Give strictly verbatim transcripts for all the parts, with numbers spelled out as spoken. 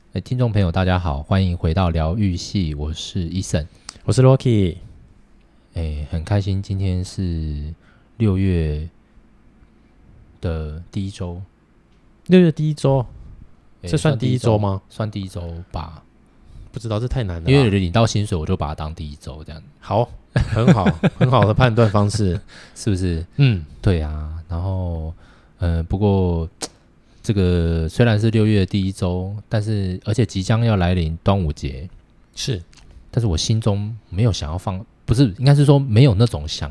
诶听众朋友大家好，欢迎回到疗愈系，我是 Eason， 我是 Rocky。 诶很开心今天是六月的第一周。 六月第一周，这算第一周吗？ 算第一周吧， 不知道，这太难了。 因为领到薪水，我就把它当第一周这样。 好，很好，很好的判断方式， 是不是？ 嗯， 对啊。然后，呃，不过这个虽然是六月第一周，但是而且即将要来临端午节， 是， 但是我心中没有想要放，不是，应该是说没有那种想。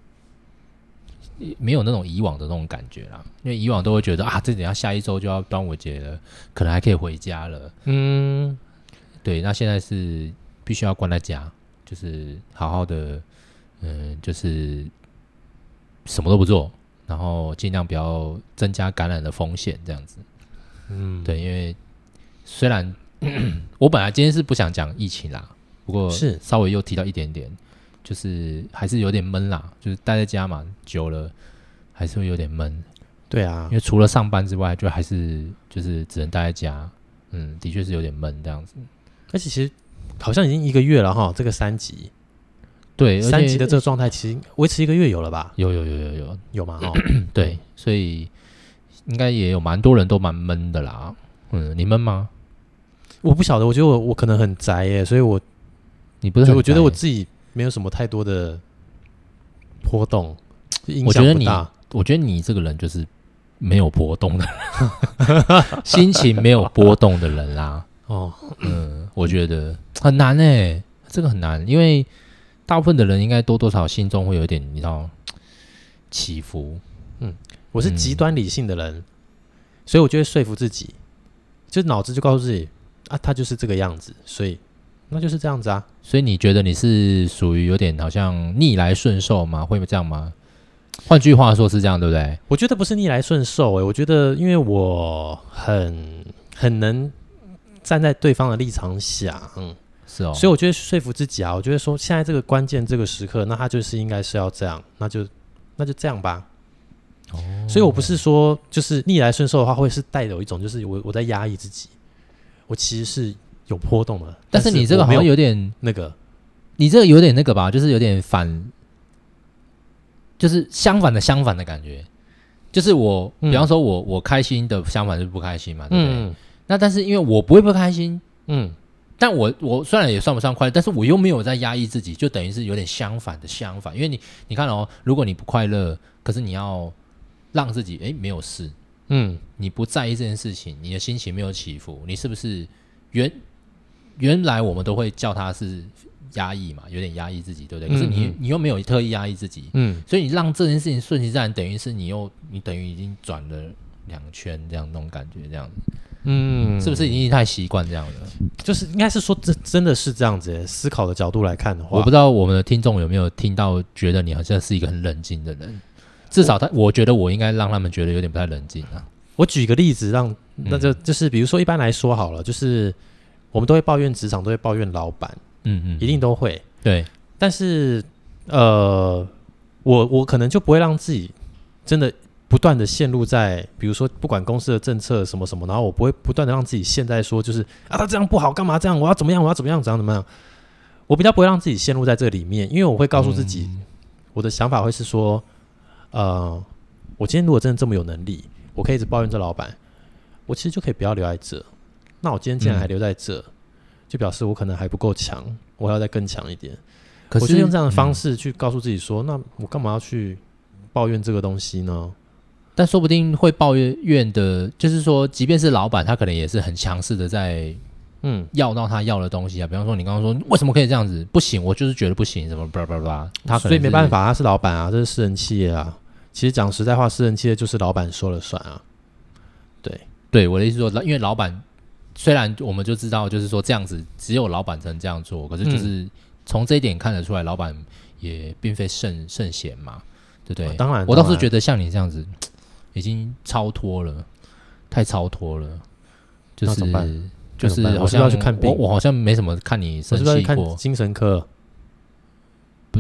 没有那种以往的那种感觉啦，因为以往都会觉得啊，这等下下一周就要端午节了，可能还可以回家了。嗯，对，那现在是必须要关在家，就是好好的，嗯，就是什么都不做，然后尽量不要增加感染的风险，这样子。嗯，对，因为虽然我本来今天是不想讲疫情啦，不过是稍微又提到一点点。就是还是有点闷啦，就是待在家嘛，久了还是会有点闷。 对啊， 因为除了上班之外，就还是就是只能待在家。嗯，的确是有点闷这样子。 而且其实好像已经一个月了哈，这个三级， 对， 三级的这个状态其实维持一个月有了吧？ 有有有有有有吗？哦， 对，所以应该也有蛮多人都蛮闷的啦。嗯，你闷吗？ 我不晓得，我觉得我我可能很宅耶，所以我你不是很宅？ 我觉得我自己。没有什么太多的波动，影响不大。 我觉得你，我觉得你这个人就是没有波动的人，心情没有波动的人啦。哦，嗯，我觉得很难哎、欸，这个很难，因为大部分的人应该多多少少心中会有一点，你知道起伏。 嗯，我是极端理性的人，嗯、所以我就会说服自己，就脑子就告诉自己啊，他就是这个样子，所以。那就是这样子啊， 所以你觉得你是属于有点好像逆来顺受吗？会这样吗？换句话说是这样，对不对？ 我觉得不是逆来顺受、欸，我觉得因为我很很能站在对方的立场想，嗯， 是哦， 所以我觉得说服自己啊，我觉得说现在这个关键这个时刻，那他就是应该是要这样，那就那就这样吧。哦，所以我不是说就是逆来顺受的话，会是带有一种就是我我在压抑自己，我其实是。有波动的， 但是你这个好像有点那个， 你这个有点那个吧，就是有点反，就是相反的相反的感觉。就是我，嗯、比方说我我开心的相反是不开心嘛，对不对？嗯、那但是因为我不会不开心，嗯，但我我虽然也算不上快乐，但是我又没有在压抑自己，就等于是有点相反的相反。因为你你看哦，如果你不快乐，可是你要让自己哎没有事，嗯，你不在意这件事情，你的心情没有起伏，你是不是原？原来我们都会叫他是压抑嘛，有点压抑自己，对不对？可是你、嗯、你又没有特意压抑自己，嗯，所以你让这件事情顺其自然，等于是你又你等于已经转了两圈，这样那种感觉，这样，嗯，是不是已经太习惯这样了？ 就是应该是说这真的是这样子，思考的角度来看的话， 我不知道我们的听众有没有听到，觉得你好像是一个很冷静的人，至少他，我, 我觉得我应该让他们觉得有点不太冷静啊。 我举一个例子让，那就就是比如说一般来说好了，就是。我们都会抱怨职场，都会抱怨老板，嗯嗯，一定都会。 对， 但是呃，我我可能就不会让自己真的不断的陷入在，比如说不管公司的政策什么什么，然后我不会不断的让自己陷在说，就是啊，他这样不好，干嘛这样？我要怎么样？我要怎么样？怎样怎么样？我比较不会让自己陷入在这里面，因为我会告诉自己，嗯、我的想法会是说，呃，我今天如果真的这么有能力，我可以一直抱怨这老板，我其实就可以不要留在这。那我今天既然还留在这、嗯、就表示我可能还不够强，我还要再更强一点。可是我就用这样的方式去告诉自己说、嗯、那我干嘛要去抱怨这个东西呢？ 但说不定会抱怨的就是说即便是老板他可能也是很强势的在嗯要到他要的东西啊，比方说你刚刚说为什么可以这样子，不行，我就是觉得不行，什么巴拉巴拉，他可能所以没办法，他是老板啊，这是私人企业啊。其实讲实在话，私人企业就是老板说了算啊。对对，我的意思说，因为老板虽然我们就知道，就是说这样子只有老板才能这样做，可是就是从这一点看得出来，老板也并非圣圣贤嘛，对不对？ 啊、当然， 我倒是觉得像你这样子已经超脱了，太超脱了，就是就是好像我是要去看病， 我我好像没什么看你生气过， 我是要去看精神科。 不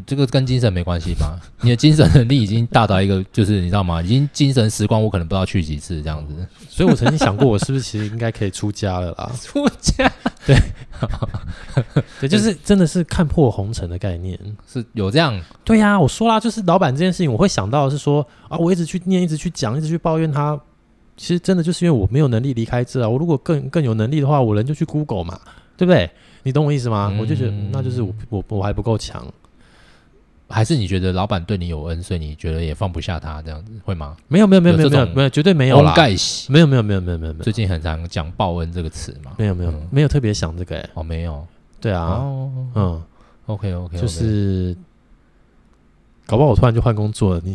这个跟精神没关系吧？你的精神能力已经大到一个，就是你知道吗？已经精神时光，我可能不知道去几次这样子。 所以我曾经想过，我是不是其实应该可以出家了啦？ 出家？ 对，对，就是真的是看破红尘的概念， 是有这样。 对呀、啊，我说啦，就是老板这件事情，我会想到的是说啊，我一直去念，一直去讲，一直去抱怨他。其实真的就是因为我没有能力离开这啊，我如果更更有能力的话，我人就去 Google 嘛，对不对？你懂我意思吗？嗯、我就觉得那就是我我我还不够强， 还是你觉得老板对你有恩，所以你觉得也放不下他这样子，会吗？ 没有没有没有没有没有没有绝对没有啦，没有没有没有没有没有没有， 最近很常讲报恩这个词嘛， 没有没有、嗯、没有特别想这个哎、欸， 哦没有， 对啊，哦、嗯 ，OK OK， 就是。搞不好我突然就换工作了，你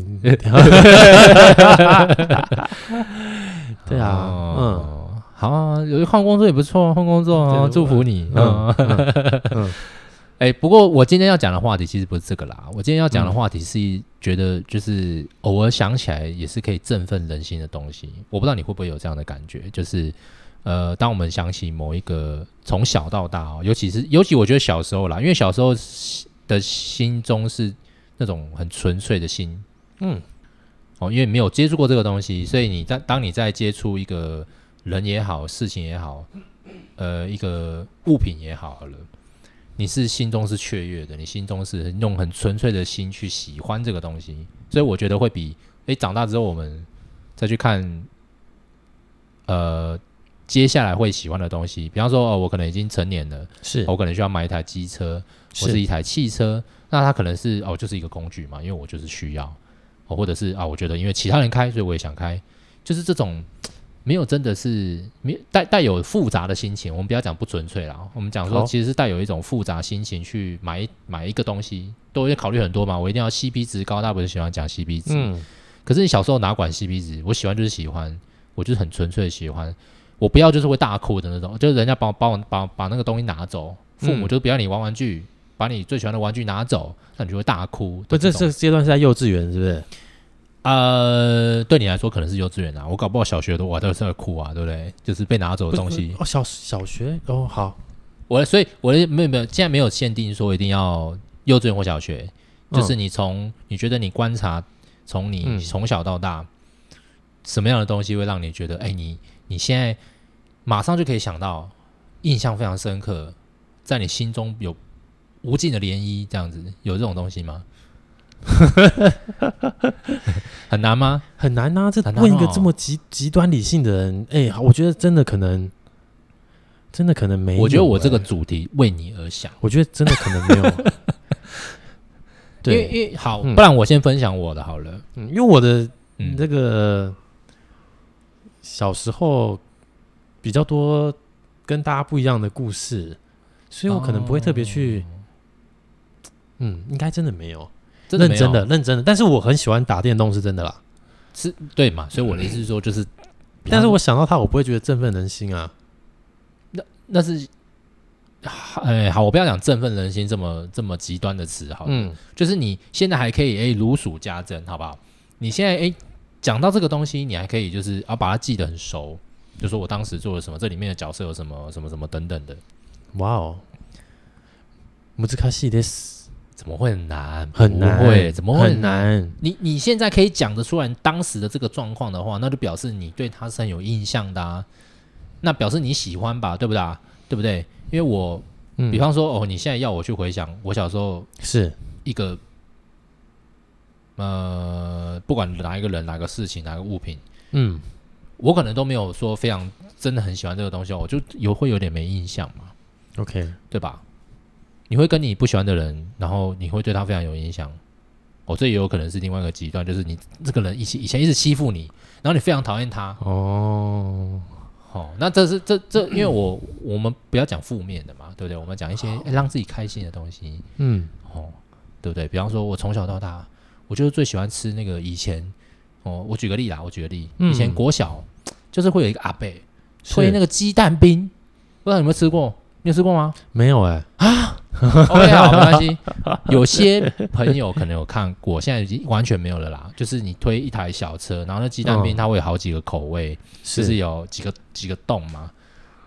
对啊，哦、 嗯，好啊，有换工作也不错，换工作啊，祝福你。嗯嗯嗯，哎、欸，不过我今天要讲的话题其实不是这个啦，我今天要讲的话题是觉得就是偶尔想起来也是可以振奋人心的东西。我不知道你会不会有这样的感觉，就是呃，当我们想起某一个从小到大哦，尤其是尤其我觉得小时候啦，因为小时候的心中是那种很纯粹的心，嗯，哦，因为没有接触过这个东西，所以你在当你在接触一个人也好，事情也好，呃，一个物品也好了，你是心中是雀跃的，你心中是用很纯粹的心去喜欢这个东西，所以我觉得会比诶长大之后我们再去看，呃，接下来会喜欢的东西，比方说哦，我可能已经成年了， 是我可能需要买一台机车，或是一台汽车。那它可能是哦，就是一个工具嘛，因为我就是需要，哦，或者是啊，我觉得因为其他人开，所以我也想开，就是这种没有真的是没带带有复杂的心情。我们不要讲不纯粹啦，我们讲说其实是带有一种复杂心情去买买一个东西，都会考虑很多嘛。我一定要 C P 值高，大家不是喜欢讲 C P 值，嗯，可是你小时候哪管 C P 值？我喜欢就是喜欢，我就是很纯粹的喜欢，我不要就是会大哭的那种，就是人家把把我把把那个东西拿走，父母就不要你玩玩具。嗯，把你最喜欢的玩具拿走，那你就会大哭。 不，这这个阶段是在幼稚园，是不是？ 呃，对你来说可能是幼稚园啊，我搞不好小学的我都是在哭啊，对不对？就是被拿走的东西。 哦，小小学哦，好， 我所以我的没有没有，现在没有限定说一定要幼稚园或小学，就是你从你觉得你观察从你从小到大、嗯、什么样的东西会让你觉得，哎，你你现在马上就可以想到，印象非常深刻，在你心中有无尽的涟漪，这样子有这种东西吗？很难吗？ 很难啊！这问一个这么极极端理性的人，哎、欸，我觉得真的可能，真的可能没有、欸。 我觉得我这个主题为你而想， 我觉得真的可能没有。 对，因为因为好、嗯，不然我先分享我的好了。 嗯，因为我的这个小时候比较多跟大家不一样的故事，所以我可能不会特别去。哦嗯，应该真的没有，真的没有认真的认真的，但是我很喜欢打电动，是真的啦， 是对嘛？所以我的意思是说，就是， 但是我想到它，我不会觉得振奋人心啊。 那那是，哎，好，我不要讲振奋人心这么这么极端的词，好了，嗯，就是你现在还可以哎如数家珍，好不好？你现在哎讲到这个东西，你还可以就是啊把它记得很熟，就说我当时做了什么，这里面的角色有什么什么什么等等的。 哇哦，難しいです。 怎么会很难？ 很难， 不会，怎么会很难？ 你你现在可以讲得出来当时的这个状况的话，那就表示你对他是很有印象的啊。那表示你喜欢吧，对不对？对不对？因为我，嗯、比方说，哦，你现在要我去回想我小时候是一个，呃，不管哪一个人、哪个事情、哪个物品，嗯，我可能都没有说非常真的很喜欢这个东西，我就有会有点没印象嘛。 OK， 对吧？你会跟你不喜欢的人，然后你会对他非常有影响。哦，这也有可能是另外一个极端，就是你这个人以前以前一直欺负你，然后你非常讨厌他。哦，哦，那这是这这，因为我我们不要讲负面的嘛，对不对？我们讲一些、欸、让自己开心的东西。嗯，哦，对不对？比方说，我从小到大，我就是最喜欢吃那个以前哦，我举个例啦，我举个例，嗯、以前国小就是会有一个阿伯推那个鸡蛋冰，不知道你有没有吃过？你有吃过吗？ 没有哎、欸、啊。 OK， 好，没关系。有些朋友可能有看过，现在已经完全没有了啦。就是你推一台小车，然后那鸡蛋冰它会有好几个口味，嗯、就是有几个几个洞嘛。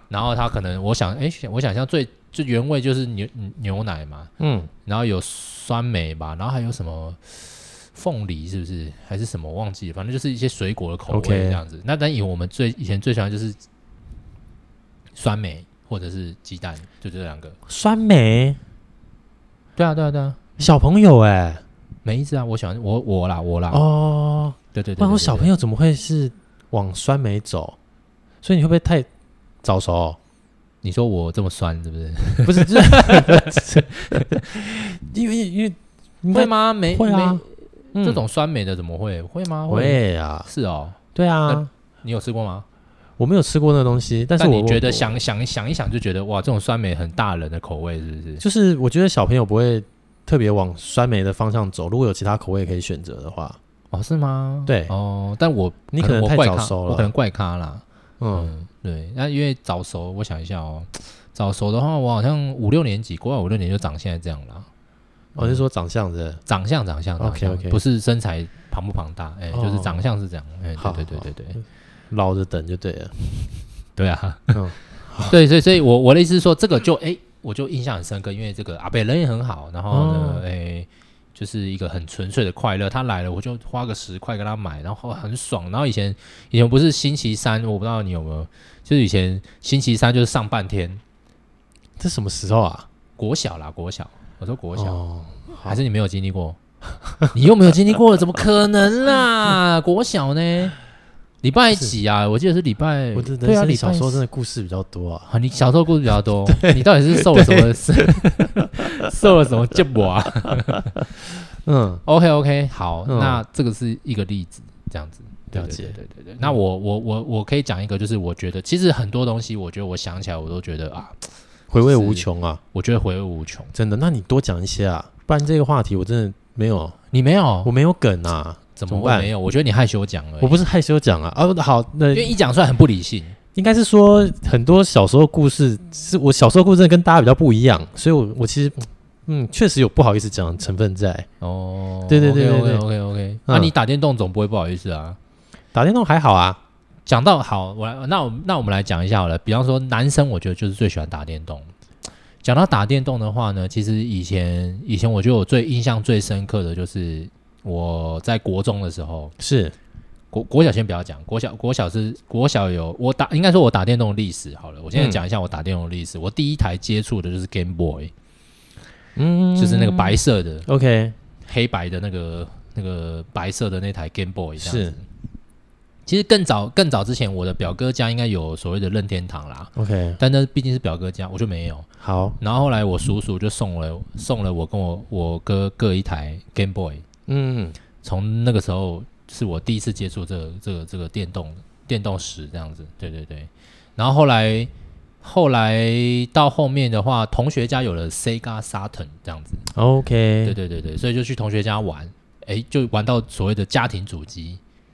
然后它可能我想哎，我想象最最原味就是牛牛奶嘛，嗯，然后有酸梅吧，然后还有什么凤梨是不是还是什么忘记了，反正就是一些水果的口味这样子。Okay. 那但以我们最以前最喜欢就是酸梅或者是鸡蛋，就这两个。 酸梅， 对啊对啊对啊， 小朋友哎、欸， 没意思啊，我喜欢我我啦我啦哦， 对对 对, 对, 对, 对, 对， 那我小朋友怎么会是往酸梅走？所以你会不会太早熟？ 你说我这么酸是不是？ 不是，就是因为因为会吗？没会啊。 嗯、这种酸梅的怎么会会吗？ 会啊， 是哦， 对啊， 你有吃过吗？ 我没有吃过那个东西，但是我但你觉得想想想一想就觉得哇，这种酸梅很大人的口味是不是？ 就是我觉得小朋友不会特别往酸梅的方向走，如果有其他口味可以选择的话， 哦，是吗？ 对， 哦，但我你可能太早熟了， 我可能怪咖啦， 嗯， 嗯对，那因为早熟，我想一下哦，早熟的话，我好像五六年级，国外五六年就长现在这样啦。 我、哦、是说长相的， 长相长相 ，OK OK， 不是身材庞不庞大，哎、欸哦，就是长相是这样，哎、欸，对对对对对， 老着等就对了， 对啊，嗯，对，所以所以我我的意思是说，这个就哎、欸，我就印象很深刻，因为这个阿伯人也很好，然后呢，哎、哦欸，就是一个很纯粹的快乐，他来了我就花个十块跟他买，然后很爽，然后以前以前不是星期三，我不知道你有没有，就是以前星期三就是上半天， 这什么时候啊？ 国小啦，国小。我说国小、哦，还是你没有经历过？你又没有经历过，怎么可能啦？国小呢？礼拜几啊？我记得是礼拜。 我的人生小时候真的故事比较多啊。 啊你小时候故事比较多，你到底是受了什么？受了什么折磨啊？嗯 ，OK OK， 好、嗯，那这个是一个例子，这样子。 了解， 对对对对。那我我我我可以讲一个，就是我觉得其实很多东西，我觉得我想起来，我都觉得啊。 回味无穷啊！ 我觉得回味无穷， 真的。那你多讲一些啊，不然这个话题我真的没有。 你没有？ 我没有梗啊， 怎么会没有？我觉得你害羞讲了。 我不是害羞讲啊，啊好，那因为一讲出来很不理性。 应该是说很多小时候故事，是我小时候故事跟大家比较不一样，所以我我其实嗯确实有不好意思讲的成分在。 哦， 对对对对对 ，OK OK OK。那、嗯啊、你打电动总不会不好意思啊？ 打电动还好啊。 讲到好，我来那我那我们来讲一下好了。比方说男生，我觉得就是最喜欢打电动。讲到打电动的话呢，其实以前以前我觉得我最印象最深刻的就是我在国中的时候， 是国国小先不要讲，国小国小是国小有我打，应该说我打电动的历史好了。我现在讲一下我打电动的历史、嗯。我第一台接触的就是 Game Boy， 嗯，就是那个白色的 ，OK， 黑白的那个那个白色的那台 Game Boy 这样子。 是。 其实更早更早之前，我的表哥家应该有所谓的任天堂啦 ，OK， 但那毕竟是表哥家，我就没有。 好， 然后后来我叔叔就送了送了我跟我我哥各一台 Game Boy， 嗯，从那个时候是我第一次接触这个这个这个电动电动石这样子，对对对。然后后来后来到后面的话，同学家有了 Sega Saturn 这样子 ，OK， 对对对对，所以就去同学家玩，哎，就玩到所谓的家庭主机。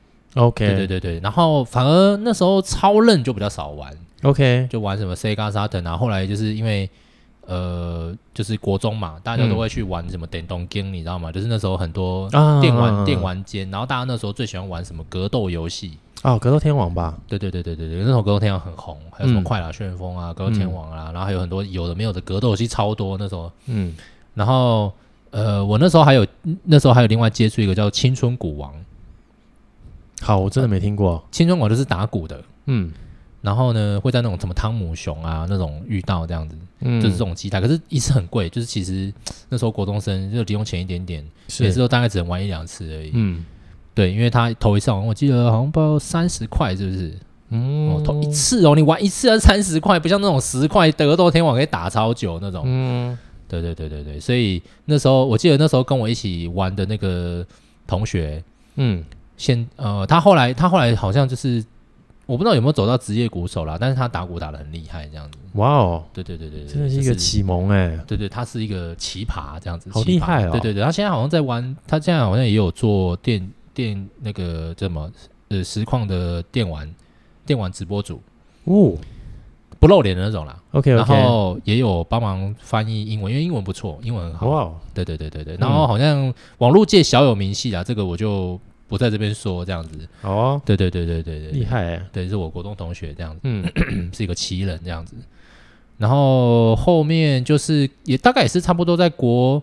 OK， 对对对对，然后反而那时候超任就比较少玩 ，OK， 就玩什么 Sega Saturn 啊。后来就是因为呃，就是国中嘛，大家都会去玩什么电动 game， 你知道吗？就是那时候很多电玩、啊、电玩间，然后大家那时候最喜欢玩什么格斗游戏哦，格斗天王吧？ 对对对对对对，那时候格斗天王很红，还有什么快打旋风啊、嗯、格斗天王啊，然后还有很多有的没有的格斗游戏超多那时候。嗯，然后呃，我那时候还有那时候还有另外接触一个叫青春鼓王。 好，我真的没听过。 青春鼓就是打鼓的，嗯，然后呢会在那种什么汤姆熊啊那种遇到这样子，嗯，就是这种机台，可是一次很贵，就是其实那时候国中生就零用钱一点点，每次都大概只能玩一两次而已，嗯，对，因为他头一次我记得好像不知道三十块是不是？嗯，哦，头一次哦，你玩一次要三十块，不像那种十块格斗天王可以打超久那种，嗯，对对对对对，所以那时候我记得那时候跟我一起玩的那个同学，嗯。先呃，他后来他后来好像就是我不知道有没有走到职业鼓手啦，但是他打鼓打得很厉害，这样子。 哇哦， 对对对对对， 真的是一个启蒙哎、欸。 对对，他是一个奇葩这样子， 好厉害哦。 对对对，他现在好像在玩，他现在好像也有做电电那个叫什么呃实况的电玩电玩直播主哦，不露脸的那种啦。 OK OK， 然后也有帮忙翻译英文，因为英文不错，英文很好。哇、wow ，对对对对对，然后好像网络界小有名气啦，这个我就。 不在这边说这样子。 哦， 对对对对对对， 厉害哎， 对，是我国中同学这样子， 嗯， 是一个奇人这样子。然后后面就是也大概也是差不多在国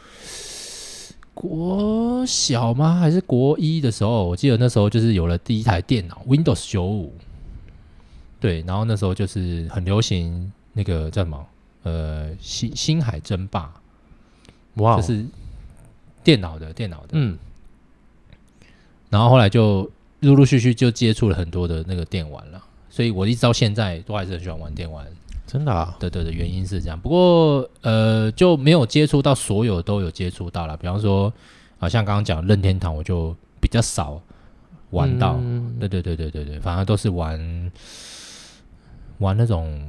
国小吗？还是国一的时候？我记得那时候就是有了第一台电脑 Windows 九五，对，然后那时候就是很流行那个叫什么呃星星海争霸， 哇， 就是电脑的电脑的， 嗯， 然后后来就陆陆续续就接触了很多的那个电玩了，所以我一直到现在都还是很喜欢玩电玩。 真的啊？ 对对对，原因是这样。不过呃，就没有接触到所有都有接触到了。比方说啊，像刚刚讲任天堂，我就比较少玩到。 嗯、 对对对对对对，反而都是玩玩那种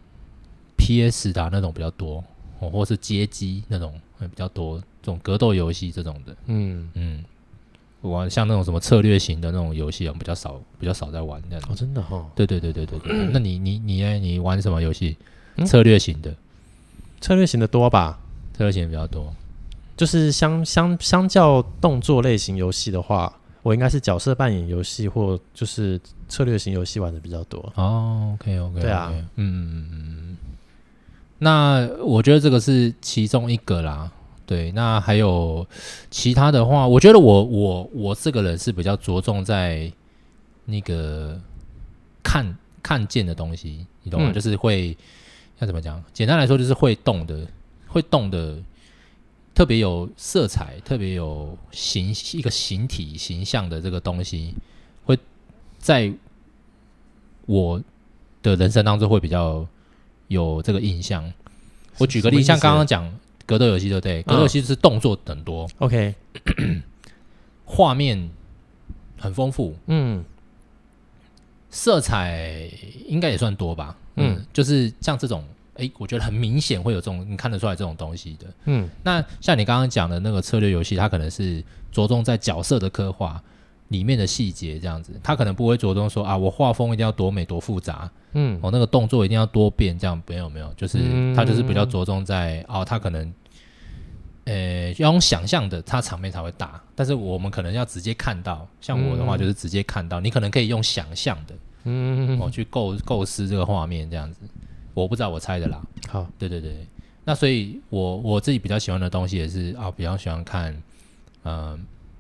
P S 的、啊、那种比较多，哦，或是街机那种比较多，这种格斗游戏这种的。嗯嗯。玩像那种什么策略型的那种游戏，我比较少，比较少在玩这样子。 哦，真的哈、哦。 对对对对对对。那你你你呢？你玩什么游戏？嗯、策略型的， 策略型的多吧？ 策略型的比较多。 就是相相相较动作类型游戏的话，我应该是角色扮演游戏或就是策略型游戏玩的比较多。 哦 ，OK OK， 对啊， 嗯嗯嗯。那我觉得这个是其中一个啦。对，那还有其他的话，我觉得我我我这个人是比较着重在那个看看见的东西，你懂吗？嗯、就是会要怎么讲？简单来说，就是会动的，会动的，特别有色彩，特别有形一个形体形象的这个东西，会在我的人生当中会比较有这个印象。我举个例，像刚刚讲。格斗游戏对不对？格斗游戏是动作很多、 嗯、，OK， 画面很丰富，嗯，色彩应该也算多吧，嗯，嗯就是像这种，哎，我觉得很明显会有这种你看得出来这种东西的，嗯。那像你刚刚讲的那个策略游戏，它可能是着重在角色的刻画里面的细节这样子，它可能不会着重说啊，我画风一定要多美多复杂。嗯，哦，那个动作一定要多变，这样没有没有，就是他就是比较着重在哦，他可能，呃，要用想象的，他场面才会大，但是我们可能要直接看到，像我的话就是直接看到，你可能可以用想象的，嗯，哦，去构构思这个画面这样子，我不知道我猜的啦。 好， 对对对，那所以我我自己比较喜欢的东西也是啊，比较喜欢看，嗯、呃，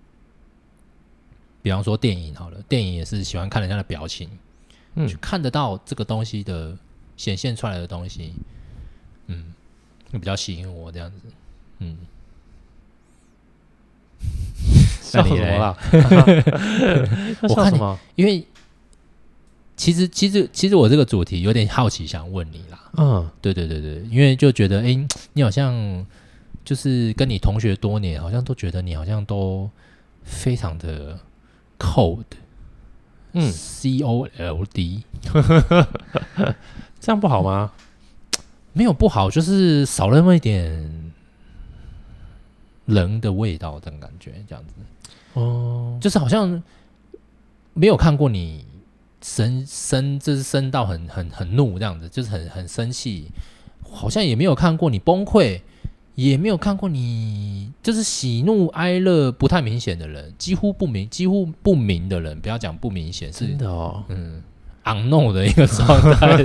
比方说电影好了，电影也是喜欢看人家的表情。嗯，去看得到这个东西的显现出来的东西，嗯，比较吸引我这样子，嗯。 笑什么啦？ 我看你，因为其实其实其实我这个主题有点好奇，想问你啦。嗯，对对对对，因为就觉得，哎、欸，你好像就是跟你同学多年，好像都觉得你好像都非常的 cold。嗯 ，C O L D， 这样不好吗？ 没有不好，就是少了那么一点人的味道，这种感觉，这样子。哦，就是好像没有看过你生生，就是生到很很很怒这样子，就是很很生气，好像也没有看过你崩溃。也没有看过你就是喜怒哀乐不太明显的人，几乎不明，几乎不明的人，不要讲不明显，是真的哦， 嗯 ，unknown 的一个状态。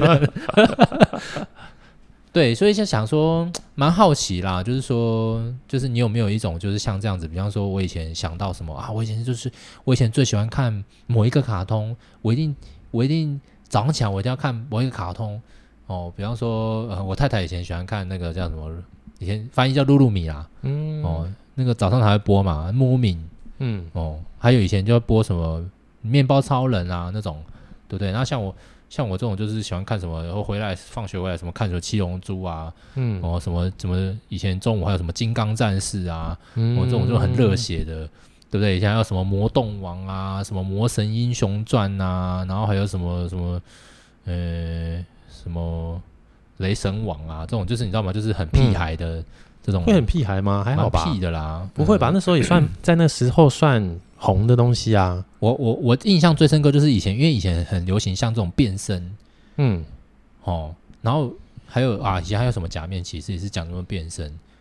对，所以就想说，蛮好奇啦，就是说，就是你有没有一种，就是像这样子，比方说，我以前想到什么啊，我以前就是我以前最喜欢看某一个卡通，我一定我一定早上起来我一定要看某一个卡通哦，比方说，呃，我太太以前喜欢看那个叫什么。以前翻译叫露露米啦，嗯，哦，那个早上才会播嘛，木敏，嗯，哦，还有以前就要播什么面包超人啊那种，对不对？然后像我像我这种就是喜欢看什么，然后回来放学回来什么看什么七龙珠啊，嗯，哦，什么什么以前中午还有什么金刚战士啊，嗯，哦，这种就很热血的，对不对？以前还有什么魔动王啊，什么魔神英雄传啊，然后还有什么什么，呃，什么。雷神网啊，这种就是你知道吗？就是很屁孩的、嗯、这种， 会很屁孩吗？还好吧， 屁的啦， 不会吧？嗯、那时候也算在那时候算红的东西啊。 我我我印象最深刻就是以前，因为以前很流行像这种变身，嗯，哦，然后还有啊，以前还有什么假面骑士也是讲什么变身，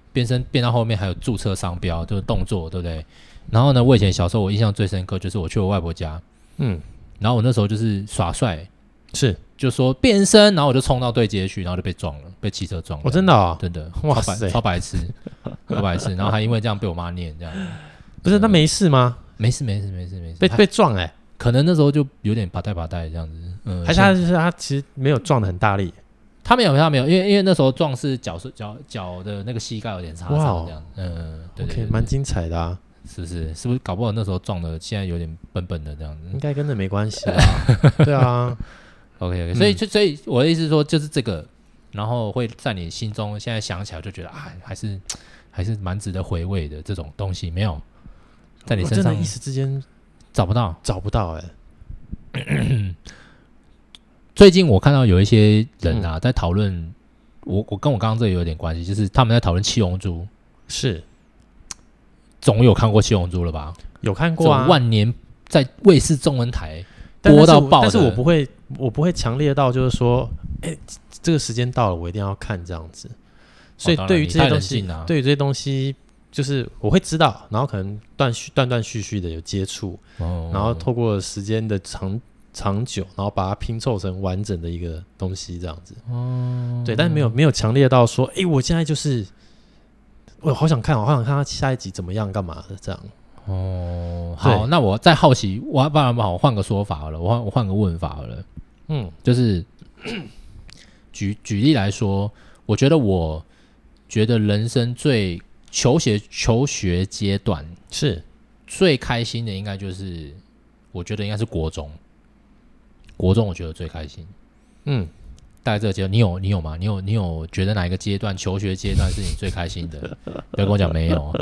变身变到后面还有注册商标，就是动作，对不对？然后呢，我以前小时候我印象最深刻就是我去我外婆家，嗯，然后我那时候就是耍帅， 是就说变身，然后我就冲到对街去，然后就被撞了，被汽车撞了。 哦，真的啊、哦， 真的， 哇塞，超白痴，超白痴，然后还因为这样被我妈念这样。 不是，那没事吗？ 没事，没事，没事，没事。 被被撞哎、欸， 可能那时候就有点把带把带这样子，嗯， 还是他就是他其实没有撞得很大力。 他没有，他没有，因为因为那时候撞是脚脚脚的那个膝盖有点擦伤这样，嗯，对对 ，OK， 蛮精彩的啊， 是不是？是不是搞不好那时候撞的，现在有点笨笨的这样子？ 应该跟那没关系啦，对啊 ，OK OK，所以、嗯、所以我的意思是说就是这个，然后会在你心中现在想起来就觉得啊，还是还是蛮值得回味的这种东西，没有在你身上一时之间找不到， 找不到哎、 欸。最近我看到有一些人啊、嗯、在讨论，我我跟我刚刚这个有点关系，就是他们在讨论七龙珠， 是总有看过七龙珠了吧？ 有看过啊， 万年在卫视中文台播到爆的， 但是我不会，我不会强烈到就是说，哎、欸，这个时间到了，我一定要看这样子。所以对于这些东西，哦啊、对于这些东西，就是我会知道，然后可能断续断断续续的有接触，哦、然后透过时间的长。长久，然后把它拼凑成完整的一个东西，这样子。哦，对，但是没有没有强烈到说，哎、欸，我现在就是我好想看，我好想看他下一集怎么样，干嘛的这样。 哦，好，那我再好奇，我不然好，我换个说法好了，我换我换个问法好了。嗯，就是举举例来说，我觉得我觉得人生最求学求学阶段是最开心的，应该就是我觉得应该是国中。国中我觉得最开心，嗯，大概这个阶段，你有你有吗？你有你有觉得哪一个阶段求学阶段是你最开心的？不要跟我讲没有，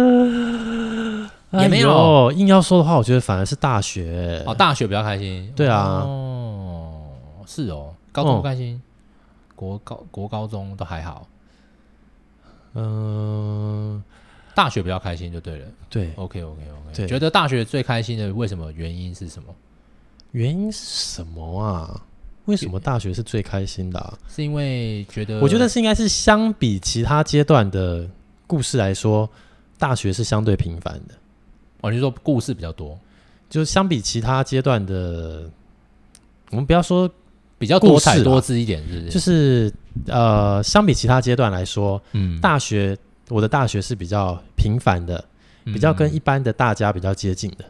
也没有。 硬要说的话，我觉得反而是大学。 哦，大学比较开心。 对啊， 哦，是哦，高中不开心，哦、国高国高中都还好。嗯、呃，大学比较开心就对了。 对 ，OK OK OK。觉得大学最开心的为什么？原因是什么？ 原因是什么啊？为什么大学是最开心的、啊？ 是因为觉得， 我觉得是应该是相比其他阶段的故事来说，大学是相对平凡的。 哦，你说故事比较多， 就相比其他阶段的，我们不要说比较多彩多姿一点，是不是？ 就是呃，相比其他阶段来说，嗯，大学我的大学是比较平凡的，比较跟一般的大家比较接近的。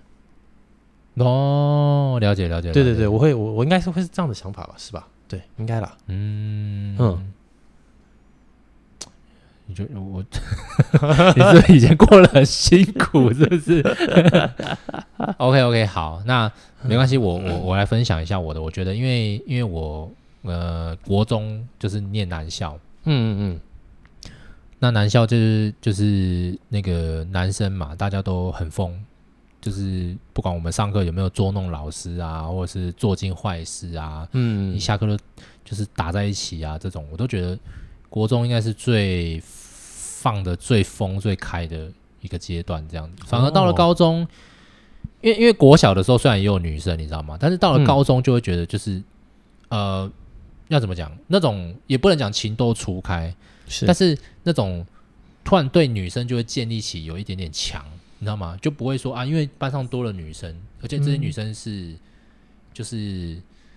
哦，了解了解， 对对对，我会我我应该是会是这样的想法吧，是吧？对，应该啦。嗯嗯， 你就我，你是不是以前过得很辛苦，是不是？OK OK， 好，那没关系，我我我来分享一下我的。我觉得，因为因为我呃国中就是念男校，嗯嗯嗯，那男校就是就是那个男生嘛，大家都很疯。就是不管我们上课有没有捉弄老师啊，或者是做尽坏事啊，嗯，一下课就就是打在一起啊，这种我都觉得国中应该是最放的最疯最开的一个阶段，这样子。反而到了高中，哦、因为因为国小的时候虽然也有女生，你知道吗？但是到了高中就会觉得就是、嗯、呃，要怎么讲？那种也不能讲情窦初开，是，但是那种突然对女生就会建立起有一点点强。你知道吗？就不会说啊，因为班上多了女生，而且这些女生是、嗯、就是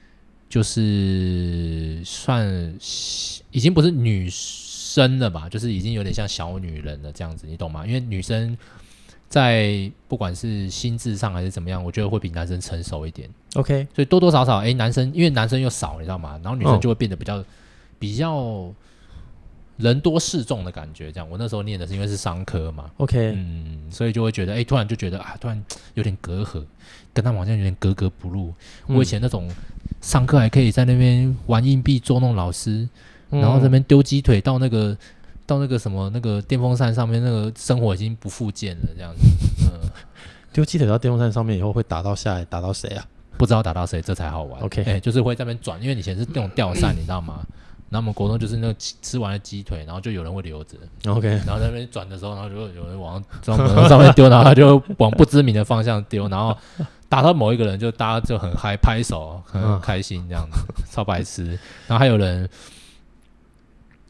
就是算已经不是女生了吧，就是已经有点像小女人了这样子，你懂吗？因为女生在不管是心智上还是怎么样，我觉得会比男生成熟一点。 OK， 所以多多少少，哎，男生因为男生又少，你知道吗？然后女生就会变得比较、哦、比较。人多势众的感觉，这样。我那时候念的是因为是商科嘛 ，OK， 嗯，所以就会觉得，哎、欸，突然就觉得啊，突然有点隔阂，跟他们好像有点格格不入。嗯、我以前那种上课还可以在那边玩硬币捉弄老师，嗯、然后在那边丢鸡腿到那个到那个什么那个电风扇上面，那个生活已经不复见了，这样子。嗯， 丢鸡腿到电风扇上面以后会打到下来，打到谁啊？ 不知道打到谁，这才好玩。 OK， 哎、欸，就是会在那边转，因为以前是那种吊扇，你知道吗？然后我们国中就是那个吃完了鸡腿，然后就有人会留着 ，OK， 然后在那边转的时候，然后就有人往上面丢，然后他就往不知名的方向丢，然后打到某一个人，就大家就很嗨，拍手，很开心这样子，超白痴。然后还有人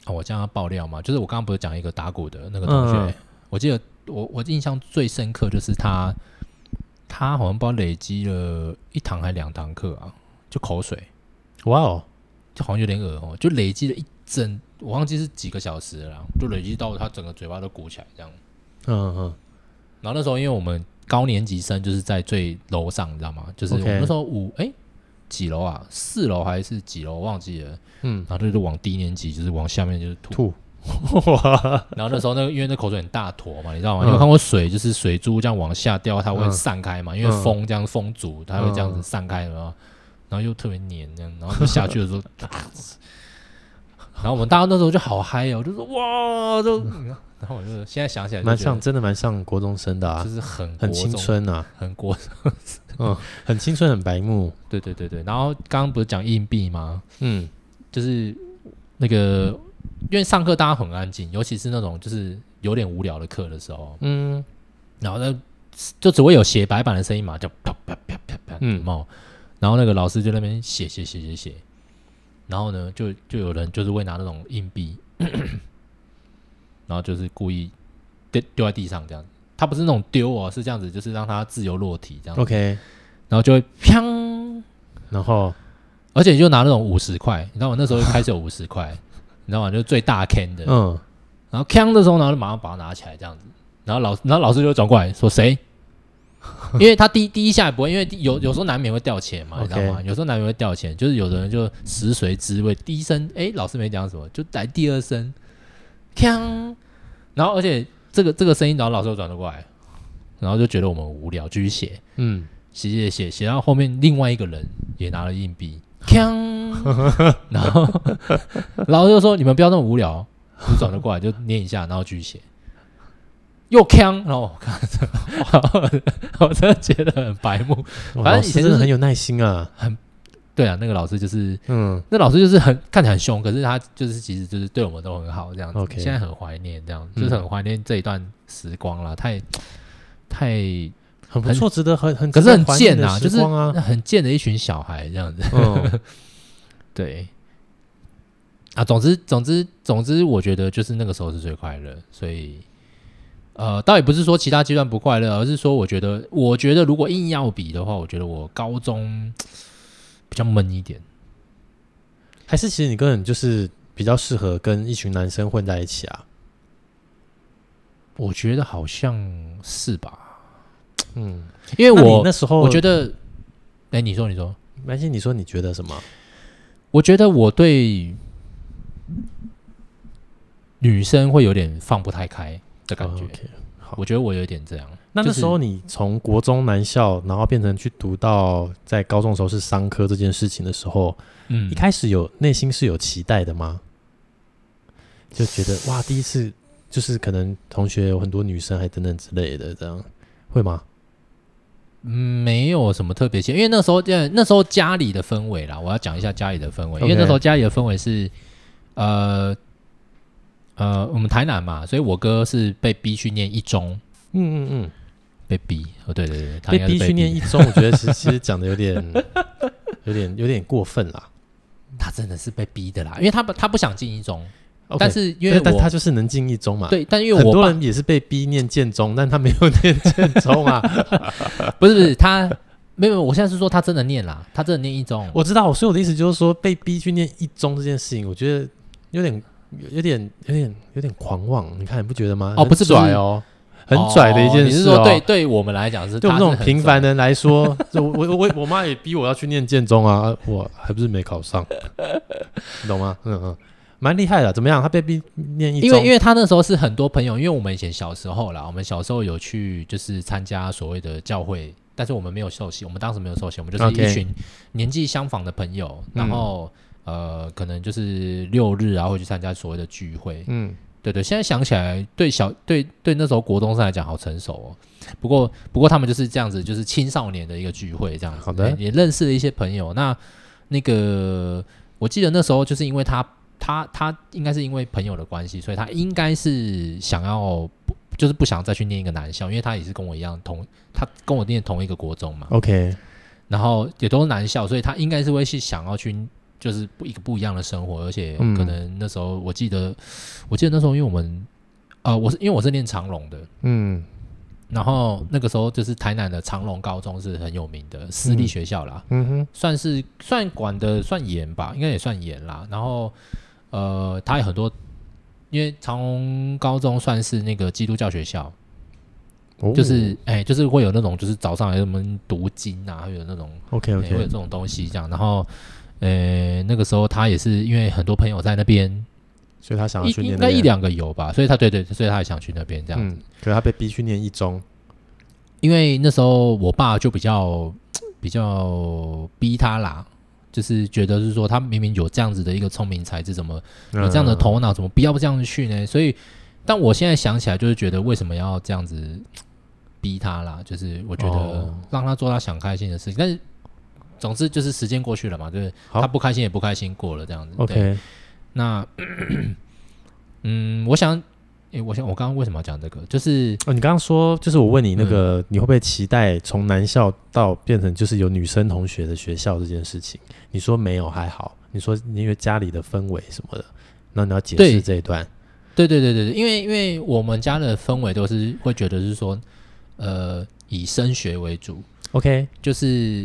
哦，我这样要爆料嘛，就是我刚刚不是讲一个打鼓的那个同学，嗯、我记得我我印象最深刻就是他他好像不知道累积了一堂还两堂课啊，就口水， 哇哦， 就好像有点恶哦，就累积了一整，我忘记是几个小时了啦，就累积到他整个嘴巴都鼓起来这样， 嗯嗯， 然后那时候因为我们高年级生就是在最楼上，你知道吗？就是我们那时候五哎、欸、几楼啊，四楼还是几楼忘记了，嗯，然后就是往低年级就是往下面就是吐。 吐然后那时候那个因为那口水很大坨嘛，你知道吗？嗯、你有看过水就是水珠这样往下掉，它会散开嘛？嗯、因为风这样风阻，它会这样子散开嘛。然后又特别黏这样，然后就下去的时候，然后我们大家那时候就好嗨哦，就说哇，就然后我就现在想起来就蛮像，真的蛮像国中生的啊， 就是很很青春啊， 很国， 嗯，很青春，很白目。 对对对对。然后刚刚不是讲硬币吗？嗯，就是那个。因为上课大家很安静，尤其是那种就是有点无聊的课的时候，嗯，然后呢就只会有写白板的声音嘛，就啪啪啪啪啪，嗯，然后那个老师就在那边写写写写写，然后呢就就有人就是会拿那种硬币，然后就是故意丢丢在地上这样，他不是那种丢哦，是这样子，就是让它自由落体这样 ，OK， 然后就会砰， 然后而且就拿那种五十块，你知道吗？那时候开始有五十块。你知道吗？就是最大 can 的，嗯，然后 can 的时候，然后就马上把它拿起来这样子，然后老然后老师就转过来说谁？因为他第一第一下也不会，因为有有时候难免会掉钱嘛， okay. 你知道吗？有时候难免会掉钱，就是有的人就食髓知味，第一声哎老师没讲什么，就来第二声 can， 然后而且这个这个声音，然后老师就转过来，然后就觉得我们无聊，继续写，嗯，写写写写到后面，另外一个人也拿了硬币。然后老师就说：“你们不要那么无聊。”就转了过来，就念一下，然后继续写。又鏘，然后我看着，我真的觉得很白目。反正以前真的很有耐心啊， 很对啊。那个老师就是，嗯，那老师就是很看起来很凶，可是他就是其实就是对我们都很好这样子。Okay. 现在很怀念这样，就是很怀念这一段时光啦，太太。 很不错，值得很很， 可是很贱啊，就是很贱的一群小孩这样子。嗯、对啊，总之总之总之，我觉得就是那个时候是最快乐，所以呃，倒也不是说其他阶段不快乐，而是说我觉得，我觉得如果硬要比的话，我觉得我高中比较闷一点， 还是其实你根本就是比较适合跟一群男生混在一起啊？ 我觉得好像是吧。嗯，因为我那时候我觉得，哎、欸，你说你说， 没关系，你说你觉得什么？ 我觉得我对女生会有点放不太开的感觉。Oh, okay. 好，我觉得我有点这样。 那那时候你从国中男校，然后变成去读到在高中的时候是商科这件事情的时候，嗯，一开始有内心是有期待的吗？就觉得哇，第一次就是可能同学有很多女生，还等等之类的，这样会吗？ 没有什么特别性，因为那时候那时候家里的氛围啦，我要讲一下家里的氛围， okay. 因为那时候家里的氛围是，呃呃，我们台南嘛，所以我哥是被逼去念一中，嗯嗯嗯，被逼，哦对对对，他被逼去念一中，我觉得其实讲的有点有点有点过分啦， 他真的是被逼的啦，因为他他不想进一中。 Okay, 但是因为但他就是能进一中嘛， 对，但因为我很多人也是被逼念建中，但他没有念建中啊， 不是不是，他没有，我现在是说他真的念啦，他真的念一中， 我知道，所以我的意思就是说，被逼去念一中这件事情，我觉得有点有点有点有点狂妄，你看你不觉得吗？ 哦，不是拽哦，很拽的一件事哦。 你是说对对我们来讲是， 对我们这种平凡人来说，我我我我妈也逼我要去念建中啊，我还不是没考上，你懂吗？嗯嗯。蛮厉害的，怎么样？他被逼念一中， 因为因为他那时候是很多朋友，因为我们以前小时候啦，我们小时候有去就是参加所谓的教会，但是我们没有受洗，我们当时没有受洗，我们就是一群年纪相仿的朋友， okay. 然后、嗯、呃，可能就是六日啊会去参加所谓的聚会，嗯，对对，现在想起来，对小对对那时候国中生来讲好成熟哦。不过不过他们就是这样子，就是青少年的一个聚会这样子， 好的， 也认识了一些朋友。那那个我记得那时候就是因为他。他他应该是因为朋友的关系，所以他应该是想要，就是不想再去念一个男校，因为他也是跟我一样同，他跟我念同一个国中嘛。 OK， 然后也都是男校，所以他应该是会去想要去就是一个不一样的生活，而且可能那时候我记得，嗯、我记得那时候因为我们呃，我是因为我是念长荣的，嗯。然后那个时候就是台南的长荣高中是很有名的私立学校啦，嗯哼，算是算管的算严吧，应该也算严啦。然后呃，它有很多，因为长荣高中算是那个基督教学校，哦、就是哎、欸，就是会有那种就是早上有什么读经啊，会有那种 OK OK，、欸、 会有这种东西这样。然后呃，那个时候他也是因为很多朋友在那边。 所以他想要去念应该一两个有吧，所以他对对，所以他也想去那边这样子。嗯、 可是他被逼去念一中， 因为那时候我爸就比较比较逼他啦，就是觉得是说他明明有这样子的一个聪明才智，怎么有这样的头脑，怎么不要这样子去呢？所以，但我现在想起来，就是觉得为什么要这样子逼他啦？就是我觉得让他做他想开心的事情，但是总之就是时间过去了嘛，就是他不开心也不开心过了这样子。 OK。 那，嗯，我想，诶，我想，我刚刚为什么要讲这个？就是哦，你刚刚说，就是我问你那个，嗯、你会不会期待从男校到变成就是有女生同学的学校这件事情？你说没有，还好。你说因为家里的氛围什么的，那你要解释这一段。 对对对对对，因为因为我们家的氛围都是会觉得是说，呃，以升学为主。 OK， 就是。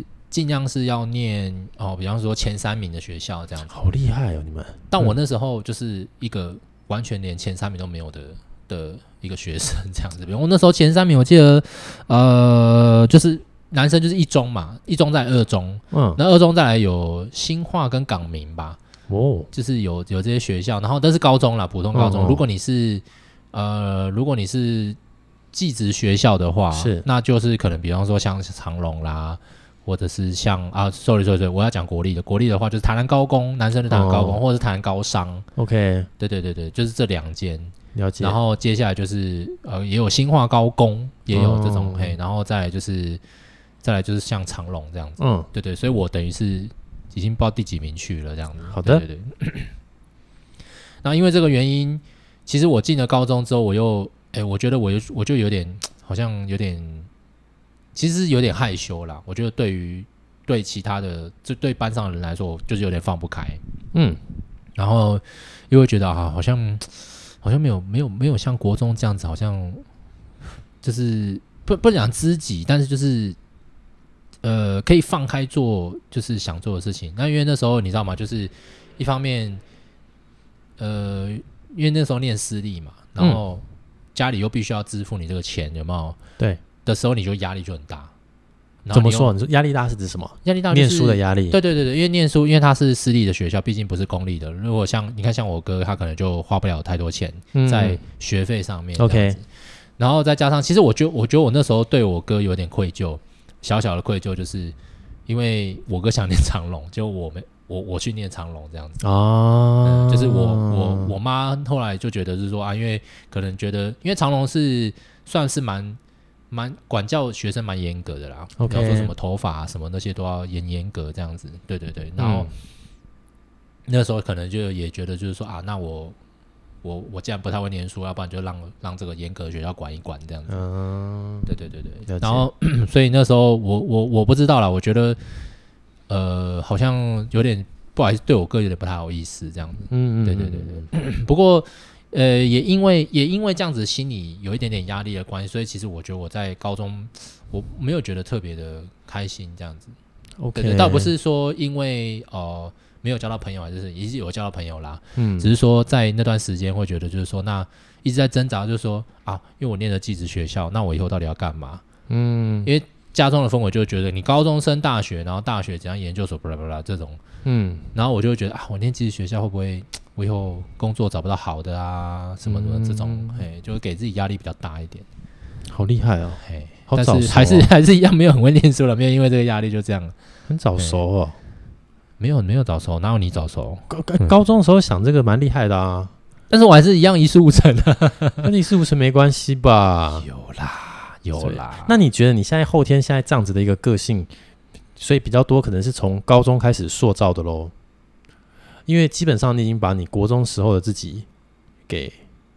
尽量是要念哦，比方说前三名的学校这样子， 好厉害哦，你们！ 但我那时候就是一个完全连前三名都没有的的一个学生这样子。比如我那时候前三名，我记得呃，就是男生就是一中嘛，一中再来二中，嗯，那二中再来有新化跟港明吧，哦，就是有有这些学校，然后但是高中啦，普通高中。哦、如果你是呃，如果你是技职学校的话， 是那就是可能比方说像长荣啦。或者是像啊 ，sorry sorry sorry， 我要讲国立的，国立的话就是台南高工，男生的台南高工，哦、或者是台南高商 ，OK， 对对对对，就是这两间， 了解。 然后接下来就是呃，也有新化高工，也有这种、哦、嘿，然后再来就是再来就是像长荣这样子，嗯，对对，所以我等于是已经不知道第几名去了这样子， 好的， 对对对。然后因为这个原因，其实我进了高中之后，我又哎，我觉得我我就有点好像有点。其实有点害羞啦，我觉得对于对其他的，就对班上的人来说，我就是有点放不开，嗯，然后又会觉得啊，好像好像没有没有没有像国中这样子，好像就是不不讲知己，但是就是呃可以放开做，就是想做的事情。那因为那时候你知道吗？就是一方面，呃，因为那时候念私立嘛，然后家里又必须要支付你这个钱，有没有？ 对。 的时候你就压力就很大。 怎么说？你说压力大是指什么？ 压力大、就是、 念书的压力。 对对对对，因为念书，因为它是私立的学校，毕竟不是公立的。如果像你看，像我哥，他可能就花不了太多钱在学费上面。 OK，、嗯、 然后再加上，其实我觉得，我觉得我那时候对我哥有点愧疚，小小的愧疚，就是因为我哥想念长荣，就我没我我去念长荣这样子哦、嗯，就是我我我妈后来就觉得是说啊，因为可能觉得，因为长荣是算是蛮。蛮管教学生蛮严格的啦，比方说什么头发、啊、什么那些都要严严格这样子，对对对。然后、嗯、那时候可能就也觉得就是说啊，那我我我既然不太会念书，要不然就让让这个严格的学校管一管这样子。嗯，对对对对。然后所以那时候我我我不知道啦，我觉得呃好像有点不好意思，对我哥有点不太好意思这样子。嗯嗯，对对对对。不过。呃，也因为也因为这样子心里有一点点压力的关系，所以其实我觉得我在高中我没有觉得特别的开心这样子。 OK， 对对，倒不是说因为呃没有交到朋友，还是也是有交到朋友啦。嗯，只是说在那段时间会觉得就是说，那一直在挣扎，就是说啊，因为我念的技职学校，那我以后到底要干嘛？嗯，因为家中的氛围就会觉得你高中升大学，然后大学怎样研究所，巴拉巴拉这种，嗯，然后我就会觉得啊，我念技职学校会不会？我以后工作找不到好的啊，什么什么这种，嗯、嘿，就会给自己压力比较大一点。 好厉害哦， 嘿， 好早熟、哦、 但是还是还是一样没有很会念书了，没有因为这个压力就这样， 很早熟哦。 没有没有早熟，哪有你早熟？ 高高中的时候想这个蛮厉害的啊， 但是我还是一样一事无成啊。 跟一事无成没关系吧？ 有啦有啦。 那你觉得你现在后天现在这样子的一个个性，所以比较多可能是从高中开始塑造的咯？因为基本上你已经把你国中时候的自己给，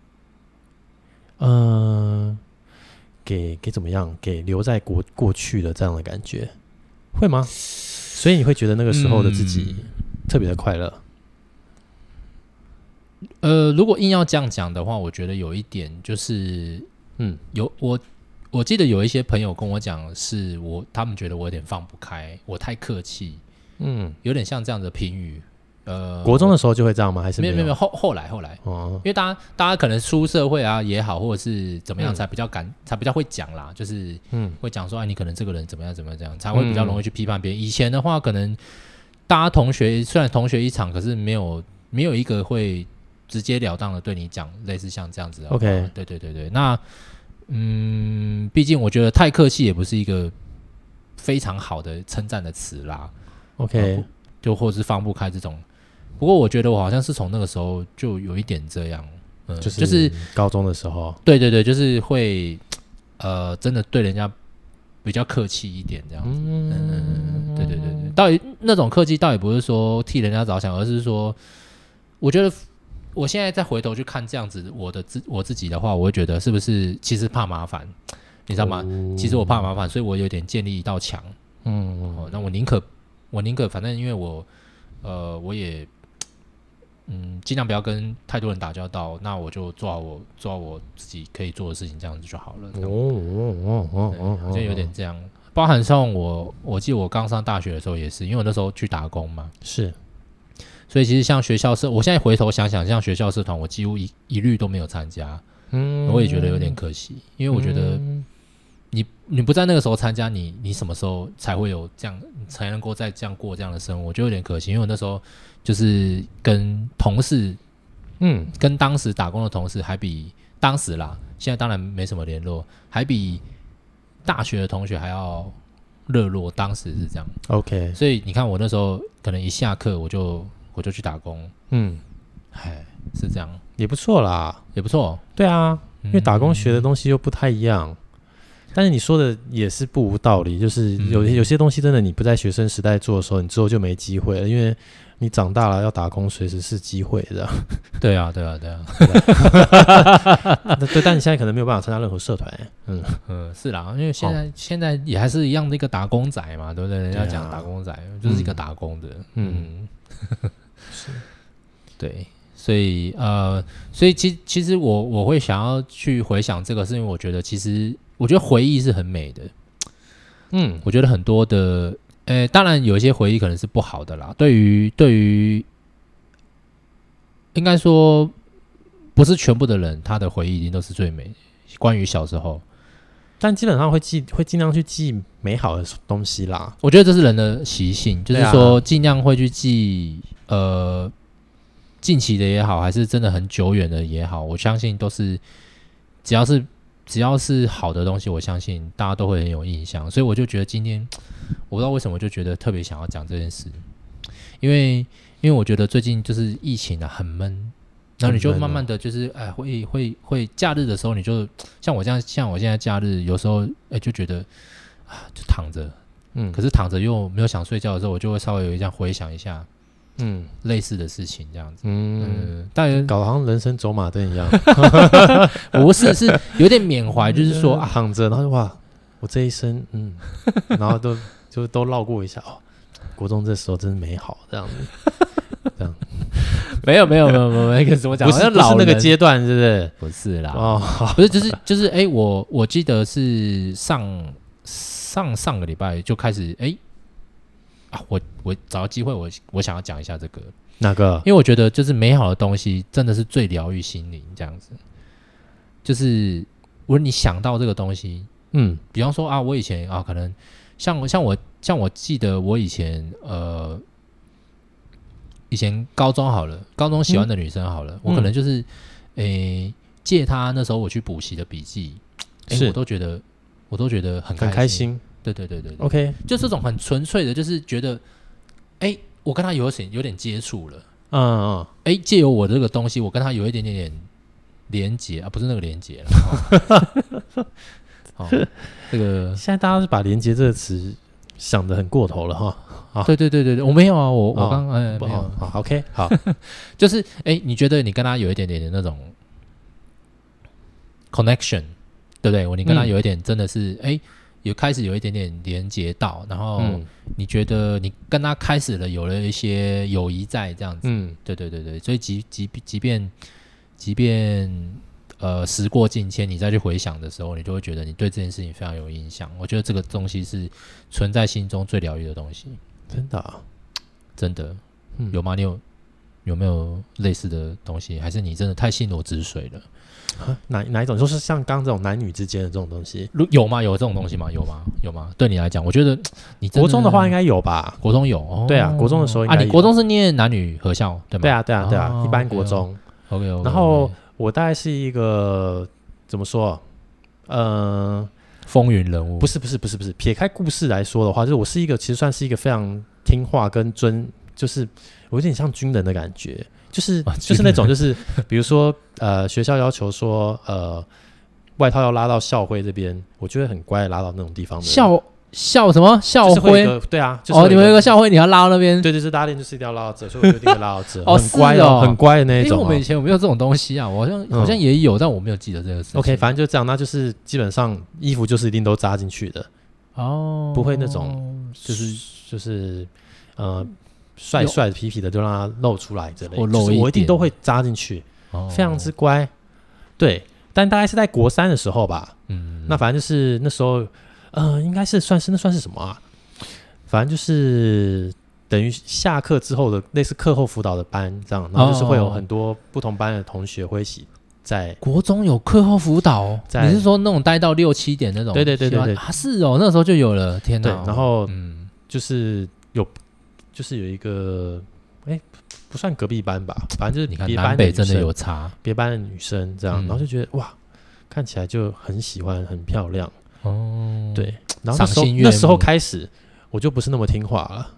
呃，给给怎么样，给留在过过去的这样的感觉，会吗？所以你会觉得那个时候的自己特别的快乐？ 呃，如果硬要这样讲的话，我觉得有一点就是，嗯，有我我记得有一些朋友跟我讲，是我他们觉得我有点放不开，我太客气，嗯，有点像这样的评语。呃， 国中的时候就会这样吗？还是没有没有没有后后来后来哦，因为大家大家可能出社会啊也好，或者是怎么样，才比较敢、嗯、才比较会讲啦，就是嗯会讲说，哎，你可能这个人怎么样怎么样这样，才会比较容易去批判别人。嗯、以前的话，可能大家同学虽然同学一场，可是没有没有一个会直截了当的对你讲类似像这样子的。 OK， 对对对对，那嗯，毕竟我觉得太客气也不是一个非常好的称赞的词啦。 OK，、呃、 就或是放不开这种。不过我觉得我好像是从那个时候就有一点这样， 嗯、就是就是高中的时候， 对对对，就是会呃真的对人家比较客气一点这样子，嗯嗯，对对对对，到底那种客气倒也不是说替人家着想，而是说，我觉得我现在再回头去看这样子我的自我自己的话，我会觉得是不是其实怕麻烦，你知道吗？哦、其实我怕麻烦，所以我有点建立一道墙，嗯，哦，那我宁可我宁可反正因为我呃我也。嗯，尽量不要跟太多人打交道，那我就做好我做好我自己可以做的事情，这样子就好了。哦哦哦哦哦，好像有点这样。包含上我，我记得我刚上大学的时候也是，因为我那时候去打工嘛， 是。 所以其实像学校社，我现在回头想想，像学校社团，我几乎一一律都没有参加。嗯，我也觉得有点可惜，因为我觉得你你不在那个时候参加，你你什么时候才会有这样，才能够再这样过这样的生活？我觉得有点可惜，因为我那时候。就是跟同事，嗯，跟当时打工的同事还比当时啦，现在当然没什么联络，还比大学的同学还要热络。当时是这样 ，OK。 所以你看，我那时候可能一下课我就我就去打工，嗯，哎，是这样， 也不错啦， 也不错。 对啊，因为打工学的东西又不太一样。嗯，但是你说的也是不无道理，就是有有些东西真的你不在学生时代做的时候，你之后就没机会了，因为你长大了要打工，随时是机会的。 对啊，对啊，对啊。 对，但你现在可能没有办法参加任何社团。嗯嗯，是啦，因为现在、哦、现在也还是一样的一个打工仔嘛，对不对？人家讲打工仔、啊、就是一个打工的。嗯，嗯是，对，所以呃，所以其其实我我会想要去回想这个，是因为我觉得其实我觉得回忆是很美的。嗯，我觉得很多的。呃，当然有一些回忆可能是不好的啦。对于对于，应该说不是全部的人，他的回忆一定都是最美的。关于小时候， 但基本上会记，会尽量去记美好的东西啦。 我觉得这是人的习性，就是说尽量会去记，呃，近期的也好，还是真的很久远的也好，我相信都是只要是。只要是好的东西，我相信大家都会很有印象，所以我就觉得今天我不知道为什么就觉得特别想要讲这件事，因为因为我觉得最近就是疫情啊很闷，然后你就慢慢的就是哎会会会假日的时候你就像我这样，像我现在假日有时候哎就觉得啊就躺着，嗯，可是躺着又没有想睡觉的时候，我就会稍微有一这样回想一下。嗯，类似的事情这样子，嗯， 但搞得好像人生走马灯一样， 不是，是有点缅怀，就是说、啊、 躺着，然后哇，我这一生，嗯，然后都就都绕过一下哦，国中这时候真是美好，这样子，这样， 没有没有没有没有那个怎么讲， 不是不是那个阶段，是不是？ 不是啦，哦，不是，就是就是，哎、欸，我我记得是上上上个礼拜就开始，哎、欸。啊，我我找到机会我，我我想要讲一下这个哪个？ 因为我觉得就是美好的东西真的是最疗愈心灵，这样子。就是如果你想到这个东西，嗯，比方说啊，我以前啊，可能像像我像我记得我以前呃，以前高中好了，高中喜欢的女生好了，嗯、我可能就是诶借她那时候我去补习的笔记，诶我都觉得我都觉得很开心。 很开心对对对对 ，OK， 就这种很纯粹的，就是觉得，哎，我跟他有点有点接触了， 嗯嗯， 哎，借由我这个东西，我跟他有一点点点连结啊，不是那个连结了。哦，这个现在大家是把连结这个词想得很过头了哈。 对对对对对，我没有啊，我我刚哎没有， 好 ，OK， 好， 就是哎，你觉得你跟他有一点点的那种 connection， 对不对？我你跟他有一点真的是哎。 有开始有一点点连接到，然后嗯你觉得你跟他开始了有了一些友谊在这样子， 嗯， 对对对对，所以即即即便即便呃时过境迁，你再去回想的时候，你就会觉得你对这件事情非常有印象。我觉得这个东西是存在心中最疗愈的东西， 真的、啊， 真的、 嗯、 有吗？你有有没有类似的东西？还是你真的太心如止水了？ 哪哪一种？就是像刚刚这种男女之间的这种东西， 有吗？有这种东西吗？有吗？有吗？对你来讲，我觉得你真的国中的话应该有吧？ 国中有，哦、 对啊，国中的时候应该有啊，你国中是念男女合校对吗？ 对啊，对啊，对啊， 哦、 一般国中。 OK OK。 然后我大概是一个怎么说？呃， 风云人物？ 不是，不是，不是，不是。撇开故事来说的话，就是我是一个其实算是一个非常听话跟尊，就是我有点像军人的感觉。就是、啊、就是那种就是比如说呃学校要求说呃外套要拉到校徽这边，我就会很乖的拉到那种地方的校校什么校徽、 就是、对啊、就是、 哦你们有一个校徽你要拉到那边， 对对是拉链就是一定要拉到这，所以我就一定会拉到这哦很乖哦很乖的那一种、哦、 因为我们以前有没有这种东西啊？我好像、嗯、好像也有，但我没有记得这个事情。 OK 反正就这样，那就是基本上衣服就是一定都扎进去的哦， 不会那种就是就是呃帅帅的皮皮的就让它露出来之类的，就是我一定都会扎进去、哦、非常之乖。对，但大概是在国三的时候吧，嗯，那反正就是那时候呃应该是算是那算是什么啊，反正就是等于下课之后的类似课后辅导的班这样，然后就是会有很多不同班的同学会一起在国中有课后辅导，你是说那种待到六七点那种？ 对对对对对， 啊是哦，那时候就有了，天哪！ 对，然后嗯就是有就是有一个哎不算隔壁班吧，反正就是别班的女生， 南北真的有差， 别班的女生这样、嗯、然后就觉得哇看起来就很喜欢很漂亮哦，对，然后那时候那时候开始我就不是那么听话了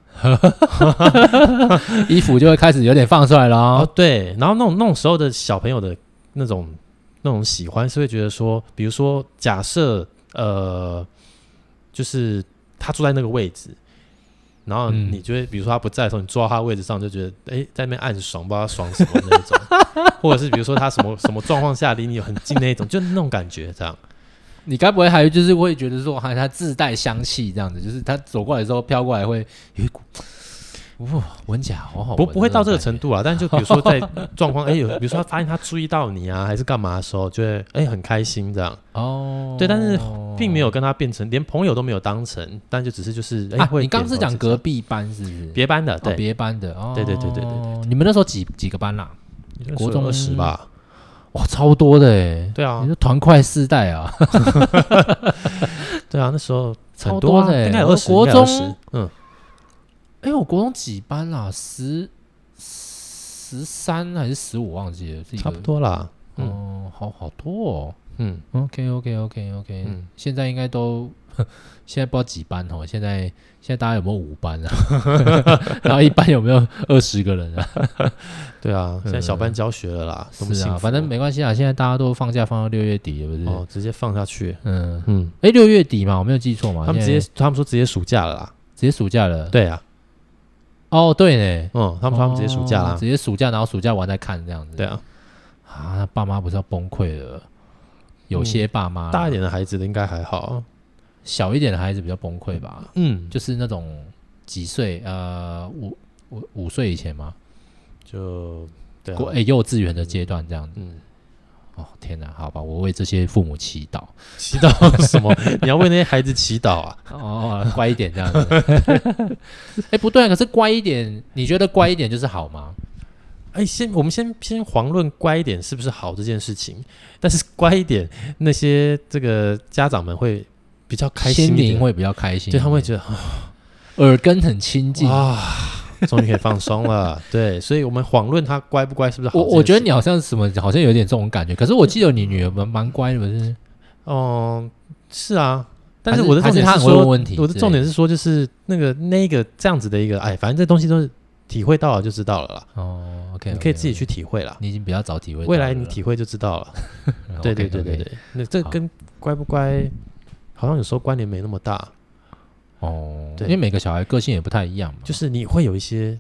衣服就会开始有点放出来了、哦哦、对，然后那种那种时候的小朋友的那种那种喜欢是会觉得说，比如说假设呃就是他坐在那个位置，然后你就会比如说他不在的时候你坐到他的位置上就觉得哎在那边暗爽不知道他爽什么那种或者是比如说他什么什么状况下离你很近那一种，就那种感觉这样。 你该不会还就是会觉得说他自带香气这样子，就是他走过来的时候飘过来会有一股哇闻起来好好闻， 不不会到这个程度啦，但就比如说在状况哎有比如说他发现他注意到你啊还是干嘛的时候就会哎很开心这样哦，对，但是并没有跟他变成连朋友都没有当成，但就只是就是哎、啊、会。 你刚刚是讲隔壁班是不是？ 别班的，对， 别、哦、班的哦， 对对对对 对, 对。 你们那时候几几个班啦、 啊？国中二十吧。 哇，超多的哎！ 对啊， 你说团块世代啊？ 对啊，那时候超多的、欸， 应该有二十， 国中， 嗯， 哎、欸，我国中几班啦？十十三还是十五？忘记了， 差不多啦。 嗯，哦、好好多哦。 嗯 ，OK OK OK OK，嗯，现在应该都现在不知道几班哦。现在现在大家有没有五班啊？然后一班有没有二十个人啊？ 对啊，现在小班教学了啦， 嗯、是啊，反正没关系啊。现在大家都放假放到六月底，对不对？ 哦，直接放下去。 嗯嗯，哎，六月底嘛，我没有记错嘛？ 他们直接他们说直接暑假了啦， 直接暑假了。 对啊。 哦，对呢， 嗯，他们说他们直接暑假啦， 哦、直接暑假，然后暑假完再看这样子。 对啊， 啊，爸妈不是要崩溃了？有些爸妈、 嗯、大一点的孩子的应该还好， 小一点的孩子比较崩溃吧。 嗯， 就是那种几岁，呃，五五五岁以前嘛， 就对、啊， 哎、欸，幼稚园的阶段这样子。 嗯， 哦天哪，好吧，我为这些父母祈祷。 祈祷什么？你要为那些孩子祈祷啊？ 哦，乖一点这样子。哎、欸，不对、啊，可是乖一点，你觉得乖一点就是好吗？ 哎、欸，先我们先先遑论乖一点是不是好这件事情，但是乖一点，那些这个家长们会比较开心一点， 心灵会比较开心， 对，他们会觉得、哦、 耳根很亲近啊，终于可以放松了。对，所以我们遑论他乖不乖是不是好， 我我觉得你好像什么，好像有点这种感觉。可是我记得你女儿蛮蛮乖的，不是？ 哦、嗯，是啊。但是我的重点是说， 是问题我的重点是说，就是那个那个这样子的一个，哎，反正这东西都是体会到了就知道了啦。 哦 ，OK，, okay 你可以自己去体会啦。 你已经比较早体会到了， 未来你体会就知道了。对对对对对， okay, okay 那这跟乖不乖，好像有时候关联没那么大。 哦，对，因为每个小孩个性也不太一样嘛。 就是你会有一些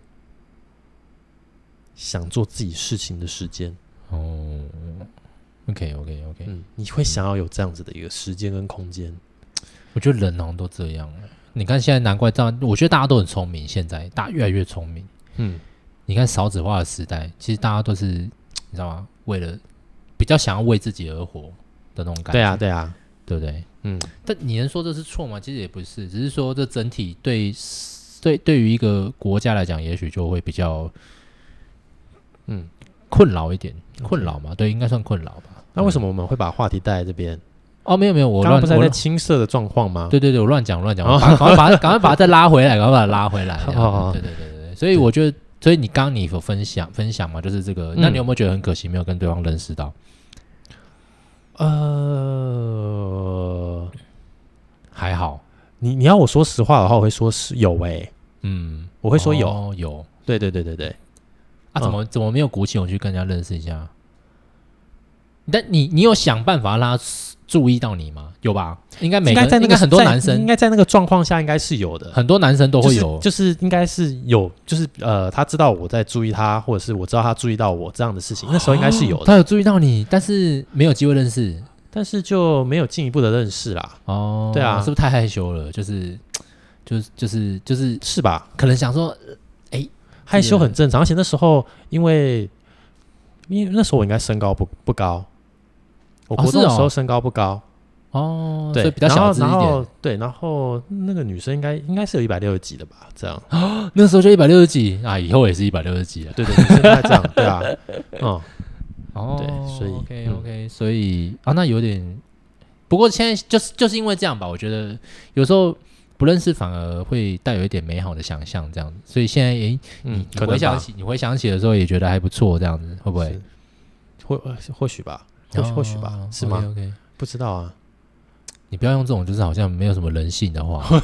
想做自己事情的时间。 哦 ，OK OK OK， 嗯，你会想要有这样子的一个时间跟空间。 我觉得人好像都这样。你看现在难怪这样，我觉得大家都很聪明，现在大家越来越聪明。嗯，你看少子化的时代，其实大家都是你知道吗？为了比较想要为自己而活的那种感觉。 对啊，对啊， 对不对？嗯，但你能说这是错吗？其实也不是，只是说这整体对对对于一个国家来讲，也许就会比较嗯困扰一点，困扰嘛，对，应该算困扰吧。 那为什么我们会把话题带来这边？ 哦，没有没有，我刚刚不是在青涩的状况吗？ 对对对，我乱讲乱讲，赶快把赶快把它再拉回来，赶快把它拉回来。哦，对对对对对，所以我觉得，所以你刚刚你有分享分享嘛，就是这个，那你有没有觉得很可惜，没有跟对方认识到？呃， 还好。你你要我说实话的话，我会说是有诶、欸。嗯，我会说有、 哦、有。 对对对对对。 啊，怎么、嗯、怎么没有鼓起勇气跟人家认识一下？但你你有想办法让他注意到你吗？有吧？应该每个应该在、那个、 应该很多男生应该在那个状况下应该是有的， 很多男生都会有， 就是、就是、应该是有，就是呃，他知道我在注意他，或者是我知道他注意到我这样的事情，那时候应该是有的、哦。 他有注意到你，但是没有机会认识， 但是就没有进一步的认识啦。哦，对啊， 是不是太害羞了？就是就是就是就是是吧？ 可能想说，哎、欸， 害羞很正常，而且那时候因为因为那时候我应该身高不不高。我国中的时候身高不高哦, 哦，对，所以比较小只一点。 然后对，然后那个女生应该应该是有一百六十几的吧？这样， 哦、那时候就一百六十几啊，以后也是一百六十几了。 对对，女生大概这样，对啊，嗯， 哦， 对，所以 OK OK，、嗯、所以啊，那有点，不过现在就是就是因为这样吧，我觉得有时候不认识反而会带有一点美好的想象，这样子。所以现在诶，嗯，你回想起你回想起的时候也觉得还不错，这样子会不会？ 或或许吧。或许或许吧，哦、是吗 ？OK，, okay 不知道啊。 你不要用这种就是好像没有什么人性的话，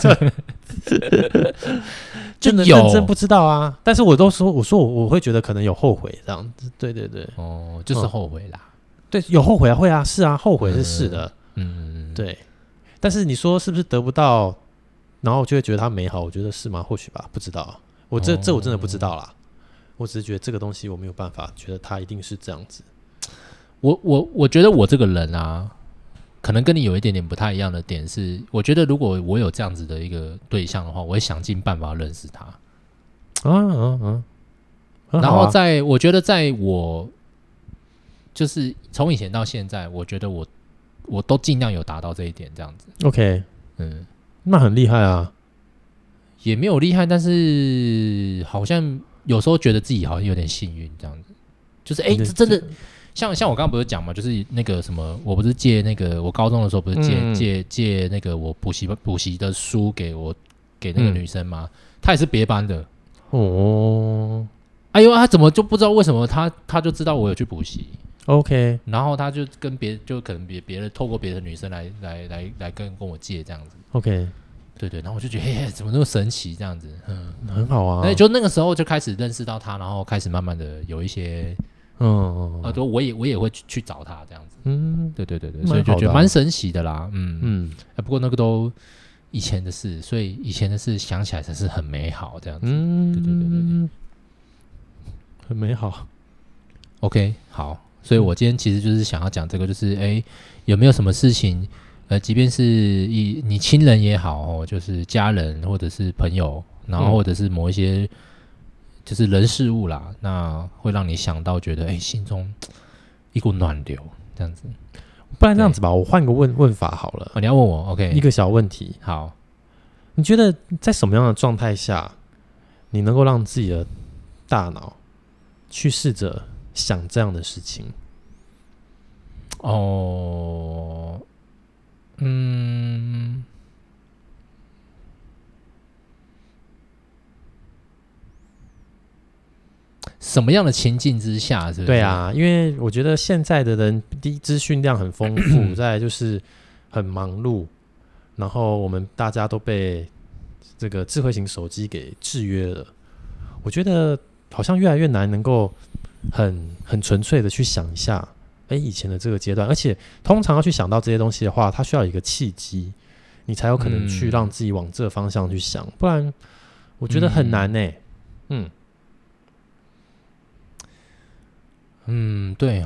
就有认真不知道啊。但是我都说，我说我我会觉得可能有后悔这样子，对对对， 哦，就是后悔啦。 嗯、对，有后悔啊，会啊，是啊，后悔是是的，嗯，对。但是你说是不是得不到，然后就会觉得它美好？我觉得是吗？或许吧，不知道。我这、哦、这我真的不知道啦。我只是觉得这个东西我没有办法觉得它一定是这样子。 我我我觉得我这个人啊，可能跟你有一点点不太一样的点是，我觉得如果我有这样子的一个对象的话，我会想尽办法认识他。嗯嗯嗯。啊、然后在我觉得在我就是从以前到现在，我觉得我我都尽量有达到这一点，这样子。 OK， 嗯，那很厉害啊。 也没有厉害，但是好像有时候觉得自己好像有点幸运，这样子。就是哎、欸，这真的。像像我刚刚不是讲嘛，就是那个什么，我不是借那个我高中的时候不是借、嗯、借借那个我补习补习的书给我给那个女生吗？嗯、她也是别班的哦。哎呦，她怎么就不知道为什么她她就知道我有去补习 ？OK， 然后她就跟别就可能别别人透过别的女生来来来来跟跟我借这样子。 OK， 对对，然后我就觉得嘿嘿，怎么那么神奇这样子？嗯， 很好啊。 那就那个时候就开始认识到她，然后开始慢慢的有一些。嗯，啊，对，我也我也会去去找他这样子，嗯，对对对对，所以就觉得蛮神奇的啦，嗯嗯，不过那个都以前的事，所以以前的事想起来才是很美好这样子，嗯，对对对对对， 很美好。 OK， 好，所以我今天其实就是想要讲这个，就是哎，有没有什么事情，呃，即便是以你亲人也好哦，就是家人或者是朋友，然后或者是某一些。就是人事物啦，那会让你想到觉得哎、欸，心中一股暖流这样子。 不然这样子吧，我换个问问法好了、 哦。你要问我 ，OK？ 一个小问题， 好， 你觉得在什么样的状态下，你能够让自己的大脑去试着想这样的事情？ 哦，嗯。什么样的情境之下是不是？ 对啊，因为我觉得现在的人第一资讯量很丰富，再来就是很忙碌，然后我们大家都被这个智慧型手机给制约了。我觉得好像越来越难能够很很纯粹的去想一下，哎，以前的这个阶段，而且通常要去想到这些东西的话，它需要有一个契机，你才有可能去让自己往这个方向去想，嗯、不然我觉得很难呢、欸。嗯。 嗯，对哦，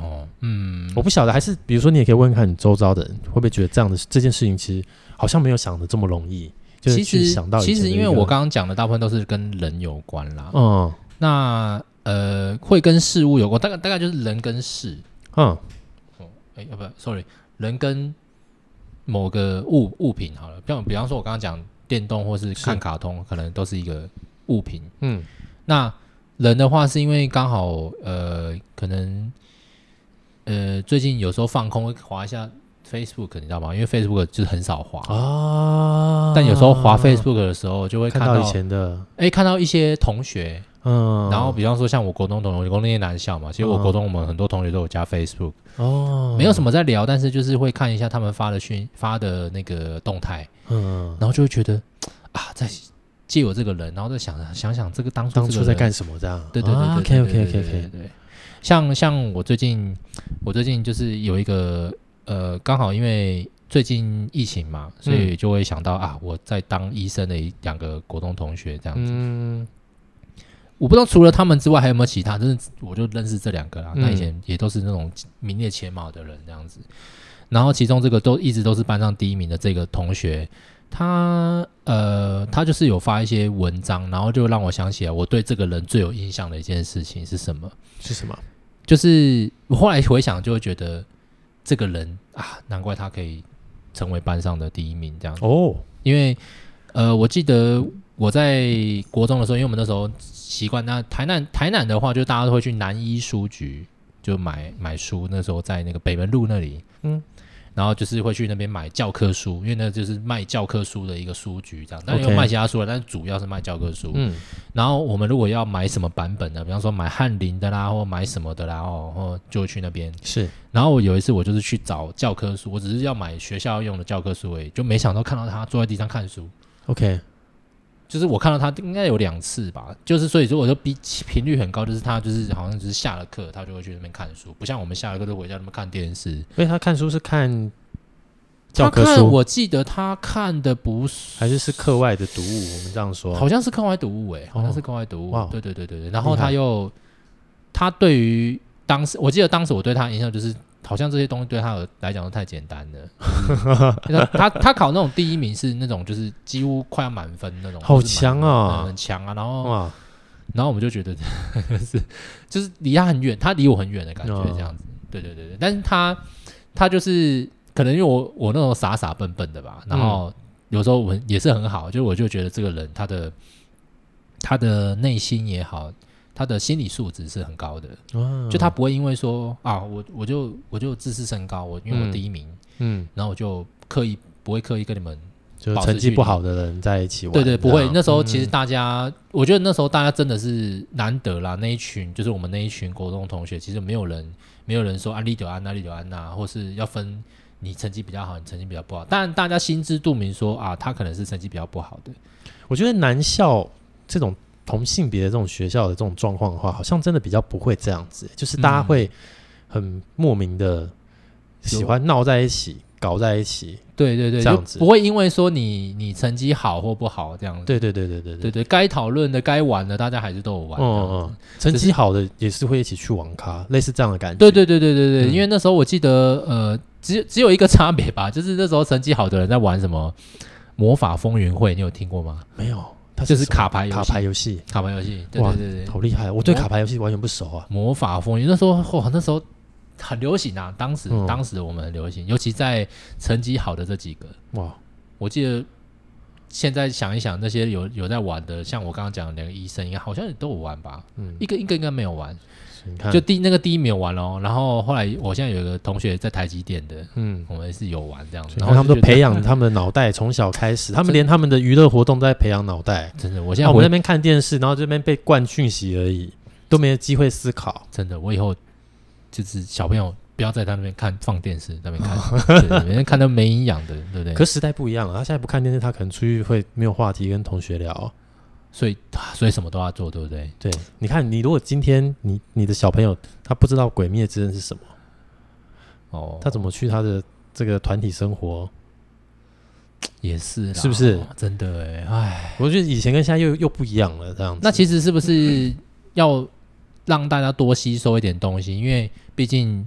嗯，我不晓得，还是比如说你也可以问看你周遭的人会不会觉得这样的这件事情其实好像没有想的这么容易。就是去想到其实因为我刚刚讲的大部分都是跟人有关啦， 嗯， 那呃会跟事物有关，大概大概就是人跟事，嗯，哦，哎，不 ，sorry， 人跟某个物物品好了，比方比方说我刚刚讲电动或是看卡通，可能都是一个物品，嗯，那人的话是因为刚好呃可能呃最近有时候放空会滑一下 Facebook， 你知道吗？因为 Facebook 就是很少滑啊，但有时候滑 Facebook 的时候就会看到， 看到以前的， 哎，看到一些同学，嗯，然后比方说像我国中同学，我国中念男校嘛，其实我国中我们很多同学都有加 Facebook， 哦，没有什么在聊，但是就是会看一下他们发的讯发的那个动态，嗯，然后就会觉得啊，在借我这个人，然后再想想想这个当初这个人当初在干什么这样， 对对对对 ，OK OK OK OK， 对，像像我最近我最近就是有一个。呃，刚好因为最近疫情嘛，所以就会想到、嗯、啊，我在当医生的一两个国中同学这样子。嗯，我不知道除了他们之外还有没有其他，真的我就认识这两个啦。嗯、那以前也都是那种名列前茅的人这样子。然后其中这个都一直都是班上第一名的这个同学，他呃，他就是有发一些文章，然后就让我想起来我对这个人最有印象的一件事情是什么？ 是什么？ 就是我后来回想就会觉得。这个人啊，难怪他可以成为班上的第一名这样子哦。因为呃，我记得我在国中的时候，因为我们那时候习惯，那台南台南的话，就大家都会去南一书局就买买书。那时候在那个北门路那里，嗯，然后就是会去那边买教科书，因为那就是卖教科书的一个书局这样。当然有卖其他书的，但是主要是卖教科书。嗯，然后我们如果要买什么版本的，比方说买翰林的啦，或买什么的啦，哦，就会去那边是。 然后我有一次我就是去找教科书，我只是要买学校要用的教科书而已，就没想到看到他坐在地上看书。 OK， 就是我看到他应该有两次吧，就是所以说我就比频率很高，就是他就是好像只是下了课他就会去那边看书，不像我们下了课都回家那边看电视。 所以他看书是看教科书？ 他看我记得他看的不是， 还是是课外的读物？我们这样说， 好像是课外读物诶、欸，好像是课外读物。哦、对对对对对，然后他又他对于。当时我记得，当时我对他的印象就是，好像这些东西对他来讲都太简单了。就是、他他考那种第一名是那种，就是几乎快要满分那种， 好强啊， 很强啊。然后，然后我们就觉得是，就是离他很远，他离我很远的感觉，这样子。对对对对，但是他他就是可能因为我我那种傻傻笨笨的吧，然后有时候我也是很好，就我就觉得这个人他的他的内心也好。他的心理素质是很高的，哦、就他不会因为说啊，我我就我就自视甚高，我因为我第一名，嗯，然后我就刻意不会刻意跟你们就成绩不好的人在一起玩， 对对，不会。那时候其实大家，嗯、我觉得那时候大家真的是难得啦，那一群就是我们那一群国中同学，其实没有人没有人说啊，利丢安娜利丢安娜，或是要分你成绩比较好，你成绩比较不好。当然大家心知肚明说啊，他可能是成绩比较不好的。 我觉得男校这种。同性别的这种学校的这种状况的话，好像真的比较不会这样子，就是大家会很莫名的喜欢闹在一起、搞在一起， 对对对，这样子不会因为说你你成绩好或不好这样子， 对对对对对对对，该讨论的、该玩的，大家还是都有玩。嗯嗯， 成绩好的也是会一起去网咖，类似这样的感觉。 对对对对对对，嗯、因为那时候我记得，呃，只只有一个差别吧，就是那时候成绩好的人在玩什么魔法风云会，你有听过吗？ 没有。 它就是卡牌游戏， 卡牌游戏， 卡牌游戏，对对对对， 好厉害！我对卡牌游戏完全不熟啊。 魔法风云那时候，哇，那时候很流行啊，当时、嗯、当时我们很流行，尤其在成绩好的这几个，哇，我记得现在想一想，那些有有在玩的，像我刚刚讲的两个医生，应该好像都有玩吧，嗯，一个一个应该没有玩。你看就第那个第一没有玩咯，然后后来我现在有一个同学在台积电的，嗯，我们是有玩这样子， 然后他们都培养他们的脑袋，从小开始，他们连他们的娱乐活动都在培养脑袋。 真的，我现在我们那边看电视，然后这边被灌讯息而已，都没有机会思考。 真的，我以后就是小朋友不要在他那边看放电视，那边看，对，每天看到没营养的，对不对？ 可时代不一样了，他现在不看电视，他可能出去会没有话题跟同学聊。 所以，所以什么都要做，对不对？ 对，你看，你如果今天你你的小朋友他不知道《鬼灭之刃》是什么，哦，他怎么去他的这个团体生活？ 也是啦， 是不是？ 真的哎，哎， 我觉得以前跟现在又又不一样了，这样子。 那其实是不是要让大家多吸收一点东西？因为毕竟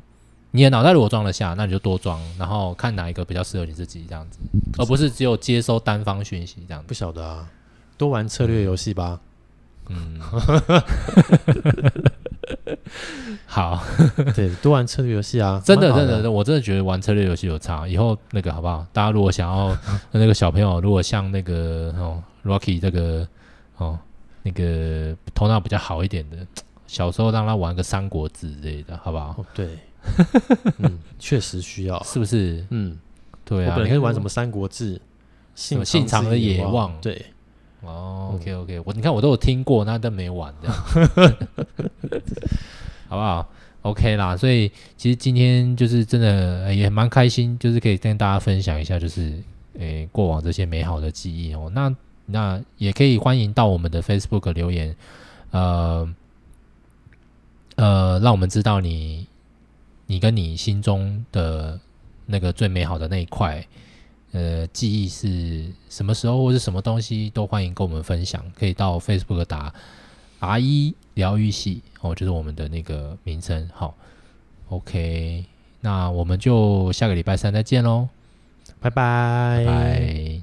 你的脑袋如果装得下，那你就多装，然后看哪一个比较适合你自己这样子，而不是只有接收单方讯息这样子。 不晓得啊，多玩策略游戏吧。 嗯，好， 对，多玩策略游戏啊， 真的真的真的，我真的觉得玩策略游戏有差。以后那个好不好？大家如果想要那个小朋友，如果像那个哦 Rocky 这个哦那个头脑比较好一点的，小时候让他玩个三国志之类的，好不好？ 哦，对，嗯，确实需要， 是不是？ 嗯， 对啊， 我本来可以玩什么三国志、 信信长的野望， 对。 哦 ，OK OK，我你看我都有听过，那但没玩这样，好不好 ？OK 啦，所以其实今天就是真的也蛮开心，就是可以跟大家分享一下，就是诶过往这些美好的记忆哦。那那也可以欢迎到我们的 Facebook 留言，呃呃，让我们知道你你跟你心中的那个最美好的那一块。呃，记忆是什么时候或是什么东西都欢迎跟我们分享，可以到 Facebook 打 R 一 疗愈系哦，就是我们的那个名称。好 ，OK，那我们就下个礼拜三再见喽， 拜拜。 拜拜。